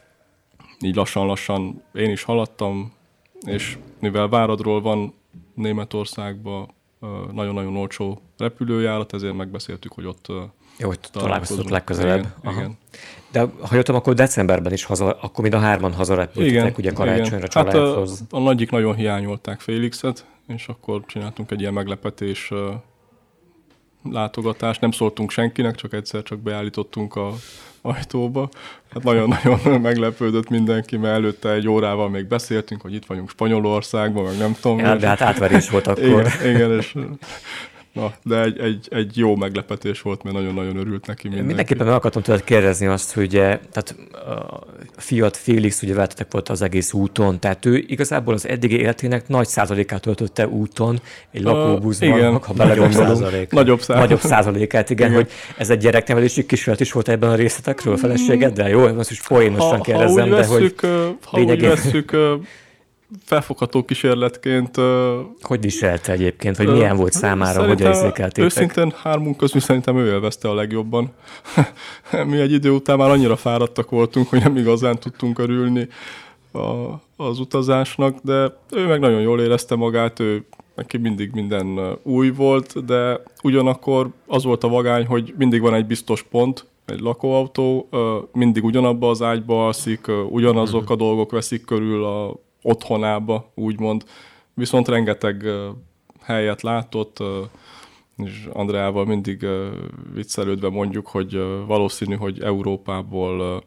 így lassan-lassan én is haladtam, és mivel Váradról van Németországban uh, nagyon-nagyon olcsó repülőjárat, ezért megbeszéltük, hogy ott uh, Jó, hogy találkozunk legközelebb. Igen, igen. De ha jöttem, akkor decemberben is haza, akkor mind a hárman hazarepültetek, ugye karácsonyra családhoz. Hát a, a nagyik nagyon hiányolták Félixet, és akkor csináltunk egy ilyen meglepetés uh, látogatást. Nem szóltunk senkinek, csak egyszer csak beállítottunk a ajtóba. Hát nagyon-nagyon meglepődött mindenki, mert előtte egy órával még beszéltünk, hogy itt vagyunk Spanyolországban, meg nem tudom. Ja, de hát átverés volt akkor. Igen, igen és, na, de egy, egy, egy jó meglepetés volt, mert nagyon-nagyon örült neki mindenki. Mindenképpen meg akartam tőled kérdezni azt, hogy tehát a fiat Félix ugye veletetek volt az egész úton, tehát ő igazából az eddigi életének nagy százalékát töltötte úton, egy lakóbuszban, uh, igen, ha belegondolunk. Százalék. Nagyobb százalékát. Nagyobb százalékát, igen, igen, hogy ez egy gyereknevelési kísérlet is volt ebben a részletekről a feleségeddel, jó? Most is poénosan kérdezem, de veszük, hogy ha lényegében... úgy vesszük, felfogható kísérletként. Hogy viselte egyébként, hogy milyen volt számára, hogy érzékeltétek? Őszintén hármunk közül szerintem ő élvezte a legjobban. Mi egy idő után már annyira fáradtak voltunk, hogy nem igazán tudtunk örülni a, az utazásnak, de ő meg nagyon jól érezte magát, ő neki mindig minden új volt, de ugyanakkor az volt a vagány, hogy mindig van egy biztos pont, egy lakóautó, mindig ugyanabba az ágyba alszik, ugyanazok a dolgok veszik körül a otthonába, úgymond. Viszont rengeteg uh, helyet látott, uh, és Andreával mindig uh, viccelődve mondjuk, hogy uh, valószínű, hogy Európából uh,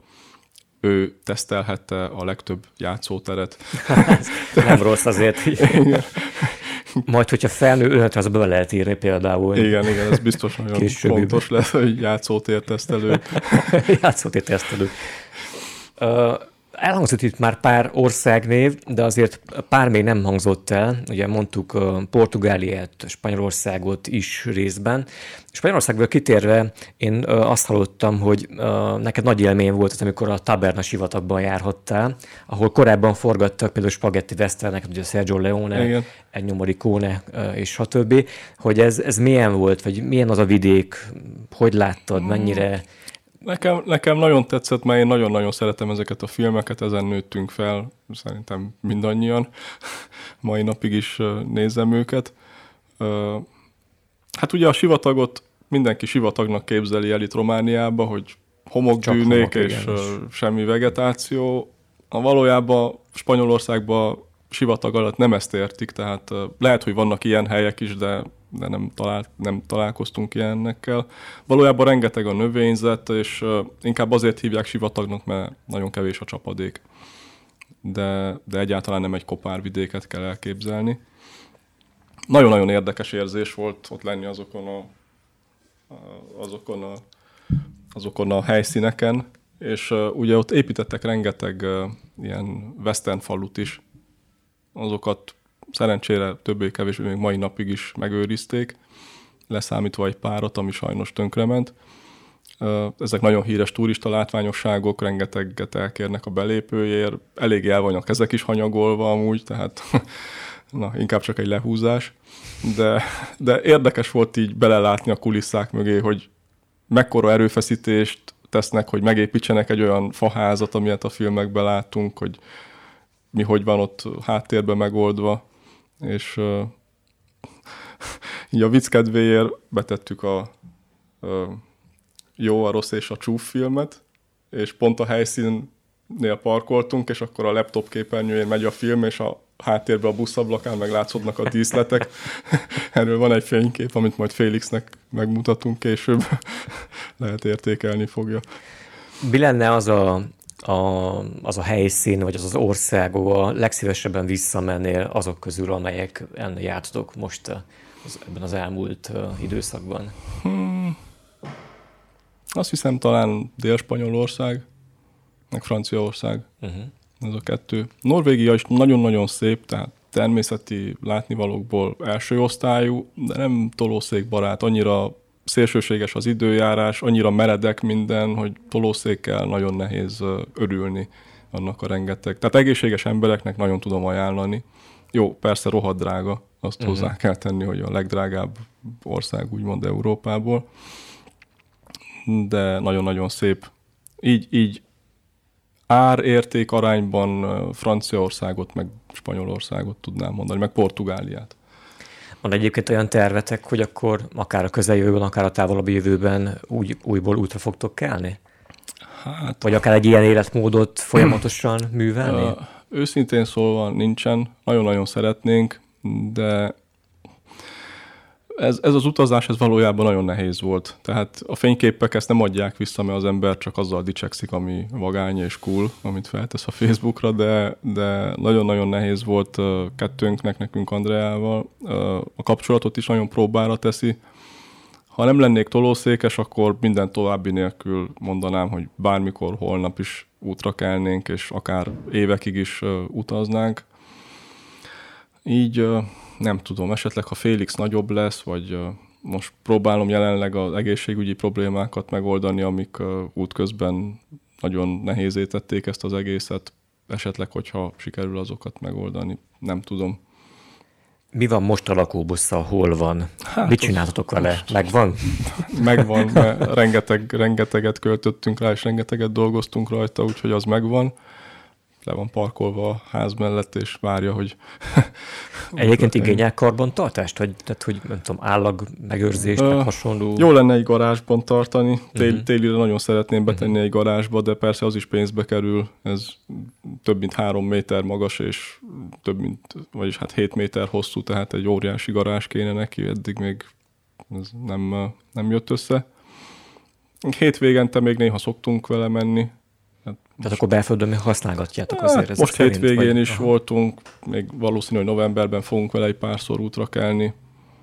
ő tesztelhette a legtöbb játszóteret. Nem rossz azért. Igen. Majd, hogyha felnő önéletrajzba be lehet írni például. Igen, igen, ez biztos nagyon Később. fontos lesz, hogy játszótér tesztelő. Játszótér tesztelő. Uh, Elhangzott itt már pár országnév, de azért pár még nem hangzott el. Ugye mondtuk uh, Portugáliát, Spanyolországot is részben. Spanyolországból kitérve én uh, azt hallottam, hogy uh, neked nagy élmény volt az, amikor a Taberna sivatagban járhattál, ahol korábban forgattak például Spaghetti Westerneket, ugye Sergio Leone, Igen. Ennio Morricone uh, és stb. Hogy ez, ez milyen volt, vagy milyen az a vidék, hogy láttad, mennyire... Nekem, nekem nagyon tetszett, mert én nagyon-nagyon szeretem ezeket a filmeket, ezen nőttünk fel, szerintem mindannyian. Mai napig is nézem őket. Hát ugye a sivatagot mindenki sivatagnak képzeli el itt Romániába, hogy homokdűnék és igen, semmi vegetáció. A valójában Spanyolországban sivatag alatt nem ezt értik, tehát lehet, hogy vannak ilyen helyek is, de de nem, talál, nem találkoztunk ilyennekkel. Valójában rengeteg a növényzet, és uh, inkább azért hívják sivatagnak, mert nagyon kevés a csapadék. De, de egyáltalán nem egy kopárvidéket kell elképzelni. Nagyon-nagyon érdekes érzés volt ott lenni azokon a, azokon a, azokon a helyszíneken, és uh, ugye ott építettek rengeteg uh, ilyen western falut is. Azokat szerencsére többé-kevésbé még mai napig is megőrizték, leszámítva egy párat, ami sajnos tönkrement. Ezek nagyon híres turista látványosságok, rengeteget elkérnek a belépőjér, elég el vannak ezek is hanyagolva amúgy, tehát na, inkább csak egy lehúzás. De, de érdekes volt így belelátni a kulisszák mögé, hogy mekkora erőfeszítést tesznek, hogy megépítsenek egy olyan faházat, amilyet a filmekben látunk, hogy mi hogy van ott háttérben megoldva. És uh, így a vicc kedvéért betettük a uh, Jó, a rossz és a csúf filmet, és pont a helyszínnél parkoltunk, és akkor a laptop képernyőjén megy a film, és a háttérben a buszablakán meglátszódnak a díszletek. Erről van egy fénykép, amit majd Félixnek megmutatunk később. Lehet értékelni fogja. Mi lenne az a A, az a helyszín, vagy az az ország, ahol legszívesebben visszamennél azok közül, amelyek ennél jártatok most az, ebben az elmúlt uh, időszakban? Hmm. Azt hiszem talán Dél-Spanyolország, meg Franciaország. Uh-huh. Ez a kettő. Norvégia is nagyon-nagyon szép, tehát természeti látnivalókból első osztályú, de nem tolószékbarát, annyira szélsőséges az időjárás, annyira meredek minden, hogy tolószékkel nagyon nehéz örülni annak a rengeteg. Tehát egészséges embereknek nagyon tudom ajánlani. Jó, persze rohadt drága, azt uh-huh. hozzá kell tenni, hogy a legdrágább ország úgymond Európából, de nagyon-nagyon szép. Így, így ár-érték arányban Franciaországot, meg Spanyolországot tudnám mondani, meg Portugáliát. Van egyébként olyan tervetek, hogy akkor akár a közeljövőben, akár a távolabbi jövőben úgy, újból útra fogtok kelni? Hát, vagy akár egy ilyen életmódot folyamatosan művelni? Uh, őszintén szólva nincsen, nagyon-nagyon szeretnénk, de ez, ez az utazás ez valójában nagyon nehéz volt. Tehát a fényképek ezt nem adják vissza, mert az ember csak azzal dicsekszik, ami vagány és cool, amit feltesz a Facebookra, de, de nagyon-nagyon nehéz volt uh, kettőnknek, nekünk Andreával. Uh, a kapcsolatot is nagyon próbára teszi. Ha nem lennék tolószékes, akkor minden további nélkül mondanám, hogy bármikor, holnap is útra kelnénk, és akár évekig is uh, utaznánk. Így uh, nem tudom, esetleg ha Félix nagyobb lesz, vagy uh, most próbálom jelenleg az egészségügyi problémákat megoldani, amik uh, útközben nagyon nehézé tették ezt az egészet. Esetleg, hogyha sikerül azokat megoldani, nem tudom. Mi van most a lakóbusszal, hol van? Hát mit csináltatok vele? Most... Megvan? Megvan, mert rengeteg, rengeteget költöttünk rá, és rengeteget dolgoztunk rajta, úgyhogy az megvan. Le van parkolva a ház mellett, és várja, hogy... Egyébként igényel karbantartást? Vagy, tehát, hogy nem tudom, állag megőrzést, uh, meg hasonló... Jó lenne egy garázsban tartani. Tél, uh-huh. Télire nagyon szeretném betenni uh-huh. egy garázsba, de persze az is pénzbe kerül. Ez több mint három méter magas, és több mint, vagyis hát hét méter hosszú, tehát egy óriási garázs kéne neki. Eddig még ez nem, nem jött össze. Hétvégente még néha szoktunk vele menni. Hát Tehát akkor belföldön még használgatjátok azért hát, ezek most szerint, hétvégén vagy? is Aha. voltunk, még valószínű, hogy novemberben fogunk vele egy párszor útra kelni.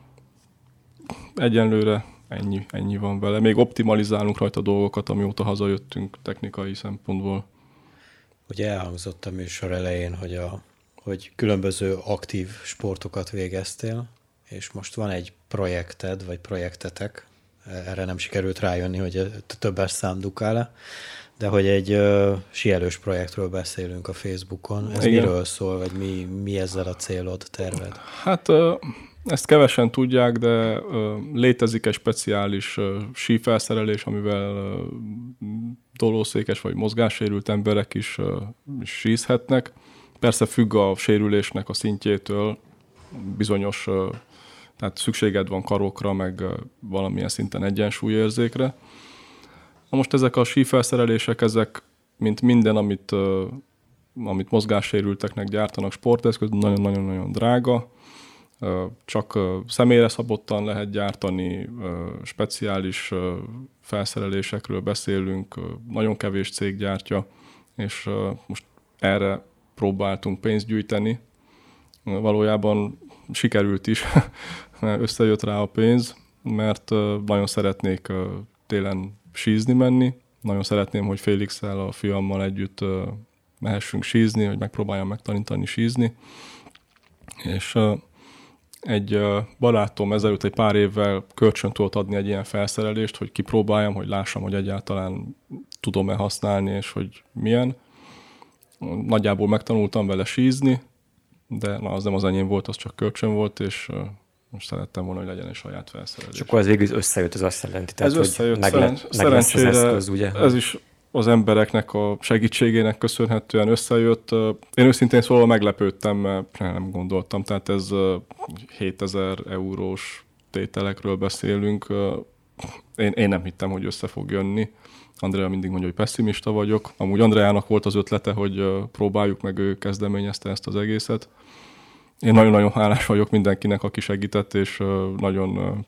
Egyenlőre ennyi, ennyi van vele. Még optimalizálunk rajta dolgokat, amióta hazajöttünk technikai szempontból. Ugye elhangzott a műsor elején, hogy, a, hogy különböző aktív sportokat végeztél, és most van egy projekted, vagy projektetek, erre nem sikerült rájönni, hogy többes szám dukál-e, de hogy egy uh, síelős projektről beszélünk a Facebookon. Ez Igen. miről szól, vagy mi, mi ezzel a célod, terved? Hát uh, ezt kevesen tudják, de uh, létezik egy speciális uh, sífelszerelés, amivel uh, tolószékes vagy mozgássérült emberek is, uh, is sízhetnek. Persze függ a sérülésnek a szintjétől, bizonyos, uh, tehát szükséged van karokra, meg uh, valamilyen szinten egyensúlyérzékre. Na most ezek a sífelszerelések, ezek, mint minden, amit, uh, amit mozgássérülteknek gyártanak sporteszköz, nagyon-nagyon-nagyon drága. Uh, csak uh, személyre szabottan lehet gyártani, uh, speciális uh, felszerelésekről beszélünk, uh, nagyon kevés cég gyártja, és uh, most erre próbáltunk pénzt gyűjteni. Uh, valójában sikerült is, mert összejött rá a pénz, mert uh, nagyon szeretnék uh, télen sízni menni. Nagyon szeretném, hogy Félixsel, a fiammal együtt uh, mehessünk sízni, hogy megpróbáljam megtanítani sízni. És uh, egy uh, barátom ezelőtt egy pár évvel kölcsön tudott adni egy ilyen felszerelést, hogy kipróbáljam, hogy lássam, hogy egyáltalán tudom-e használni, és hogy milyen. Nagyjából megtanultam vele sízni, de na, az nem az enyém volt, az csak kölcsön volt, és uh, most szerettem volna, hogy legyen egy saját felszerelés. És akkor ez végül összejött, ez azt jelenti, tehát, ez összejött, hogy meg, le, meg lesz az eszköz, ugye? Ez is az embereknek a segítségének köszönhetően összejött. Én őszintén szólva meglepődtem, mert nem gondoltam. Tehát ez hétezer eurós tételekről beszélünk. Én, én nem hittem, hogy össze fog jönni. Andrea mindig mondja, hogy pessimista vagyok. Amúgy Andreának volt az ötlete, hogy próbáljuk meg, ő kezdeményezte ezt az egészet. Én nagyon-nagyon hálás vagyok mindenkinek, aki segített, és nagyon,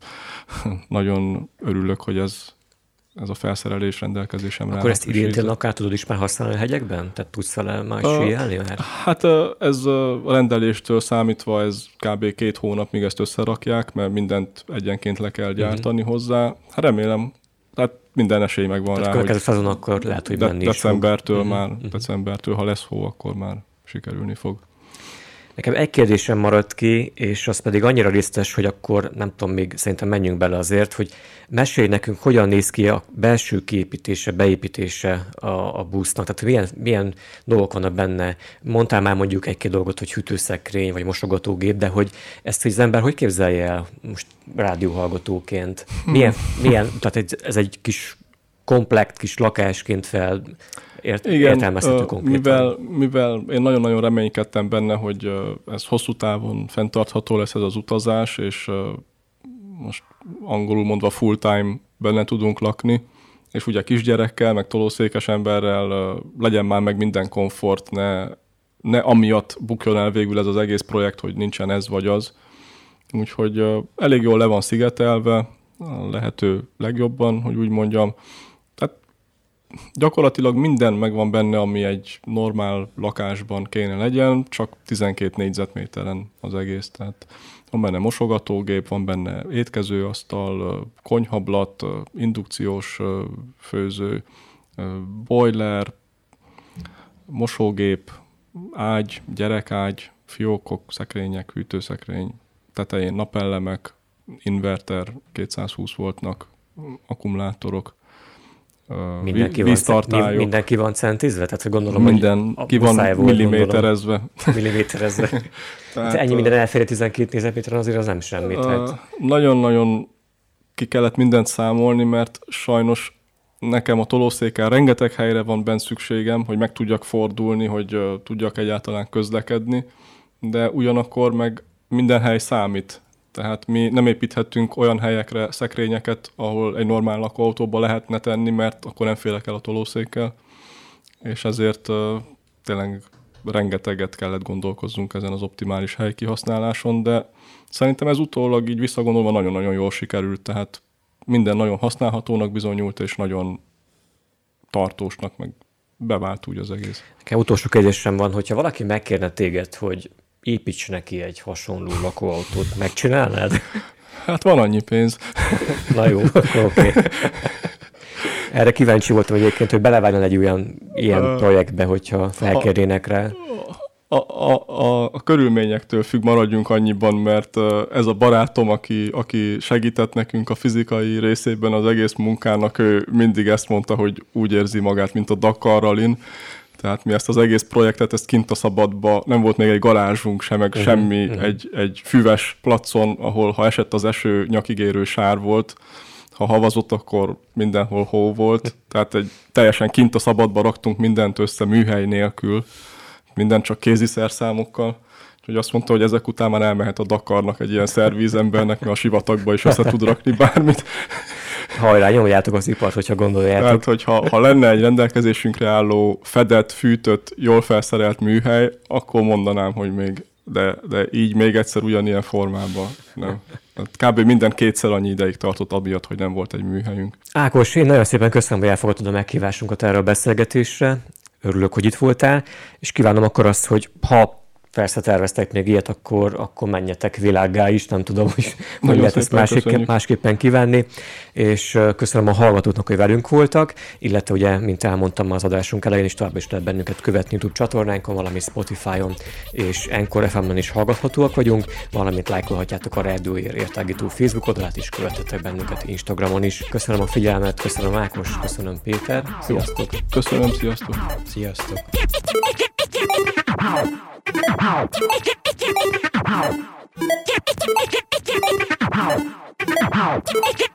nagyon örülök, hogy ez, ez a felszerelés rendelkezésemre. Akkor ezt idén akár tudod is már használni a hegyekben? Tehát tudsz vele már uh, síelni? Mert... Hát ez a rendeléstől számítva ez kb. két hónap, míg ezt összerakják, mert mindent egyenként le kell gyártani uh-huh. hozzá. Hát remélem, tehát minden esély megvan tehát rá. Tehát következő szezon akkor lehet, hogy de, menni decembertől is fog. már, uh-huh. decembertől, ha lesz hó, akkor már sikerülni fog. Nekem egy kérdésem maradt ki, és az pedig annyira részletes, hogy akkor nem tudom, még szerintem menjünk bele azért, hogy mesélj nekünk, hogyan néz ki a belső kiépítése, beépítése a, a busznak, tehát milyen, milyen dolgok vannak benne. Mondtál már mondjuk egy-két dolgot, hogy hűtőszekrény, vagy mosogatógép, de hogy ezt az ember hogy képzelje el most rádióhallgatóként? Milyen, milyen tehát ez egy kis komplekt kis lakásként fel... Ért, Igen, értelmezhető konkrétan. Mivel, mivel én nagyon-nagyon reménykedtem benne, hogy ez hosszú távon fenntartható lesz ez az utazás, és most angolul mondva full time benne tudunk lakni, és ugye kisgyerekkel, meg tolószékes emberrel legyen már meg minden komfort, ne, ne amiatt bukjon el végül ez az egész projekt, hogy nincsen ez vagy az. Úgyhogy elég jól le van szigetelve, a lehető legjobban, hogy úgy mondjam. Gyakorlatilag minden megvan benne, ami egy normál lakásban kéne legyen, csak tizenkét négyzetméteren az egész. Tehát van benne mosogatógép, van benne étkezőasztal, konyhablat, indukciós főző, boiler, mosógép, ágy, gyerekágy, fiókok, szekrények, hűtőszekrény, tetején napellemek, inverter, kétszázhúsz voltnak, akkumulátorok, Mindenki víztartályok. Van, mindenki van centizve? Tehát gondolom, minden hogy ki van milliméterezve. Milliméterezve. Tehát ennyi minden elfér tizenkét négyzetméteren, azért az nem semmi. Uh, tehát... Nagyon-nagyon ki kellett mindent számolni, mert sajnos nekem a tolószéken rengeteg helyre van benne szükségem, hogy meg tudjak fordulni, hogy uh, tudjak egyáltalán közlekedni, de ugyanakkor meg minden hely számít. Tehát mi nem építhettünk olyan helyekre szekrényeket, ahol egy normál lakóautóba lehetne tenni, mert akkor nem félek el a tolószékkel. És ezért uh, tényleg rengeteget kellett gondolkozzunk ezen az optimális hely kihasználáson, de szerintem ez utólag így visszagondolva nagyon-nagyon jól sikerült, tehát minden nagyon használhatónak bizonyult, és nagyon tartósnak, meg bevált úgy az egész. Nekem utolsó kérdésem van, hogyha valaki megkérne téged, hogy építs neki egy hasonló lakóautót, megcsinálnád? Hát van annyi pénz. Na jó, oké. Okay. Erre kíváncsi voltam egyébként, hogy belevágnan egy olyan ilyen uh, projektbe, hogyha felkérnének rá. A, a, a, a körülményektől függ, maradjunk annyiban, mert ez a barátom, aki, aki segített nekünk a fizikai részében az egész munkának, ő mindig ezt mondta, hogy úgy érzi magát, mint a Dakar Rallyn. Tehát mi ezt az egész projektet, ezt kint a szabadba, nem volt még egy garázsunk sem, meg uh-huh, semmi, uh-huh. Egy, egy füves placon, ahol ha esett az eső, nyakigérő sár volt, ha havazott, akkor mindenhol hó volt. Tehát egy teljesen kint a szabadba raktunk mindent össze műhely nélkül, mindent csak kéziszerszámokkal. Úgyhogy azt mondta, hogy ezek után már elmehet a Dakarnak egy ilyen szervízembernek, mert a sivatagba is össze tud rakni bármit. Hajrá, nyomjátok az ipart, hogyha gondoljátok. Tehát, hogyha ha lenne egy rendelkezésünkre álló, fedett, fűtött, jól felszerelt műhely, akkor mondanám, hogy még, de, de így még egyszer ugyanilyen formában nem. Kb. Minden kétszer annyi ideig tartott amiatt, hogy nem volt egy műhelyünk. Ákos, én nagyon szépen köszönöm, hogy elfogadtad a meghívásunkat erre a beszélgetésre. Örülök, hogy itt voltál, és kívánom akkor azt, hogy ha persze terveztek még ilyet, akkor, akkor menjetek világgá is, nem tudom, hogy, hogy lehet ezt másképpen, másképpen kívánni, és köszönöm a hallgatóknak, hogy velünk voltak, illetve ugye, mint elmondtam az adásunk elején is, tovább is lehet bennünket követni YouTube csatornánkon, valamint Spotify-on, és Anchor ef em-en is hallgathatóak vagyunk, valamint lájkolhatjátok a Rádióér értágító Facebook oldalát is, követetek bennünket Instagramon is. Köszönöm a figyelmet, köszönöm Ákos, köszönöm Péter, sziasztok! Köszönöm, sziasztok! Sziasztok! Ow!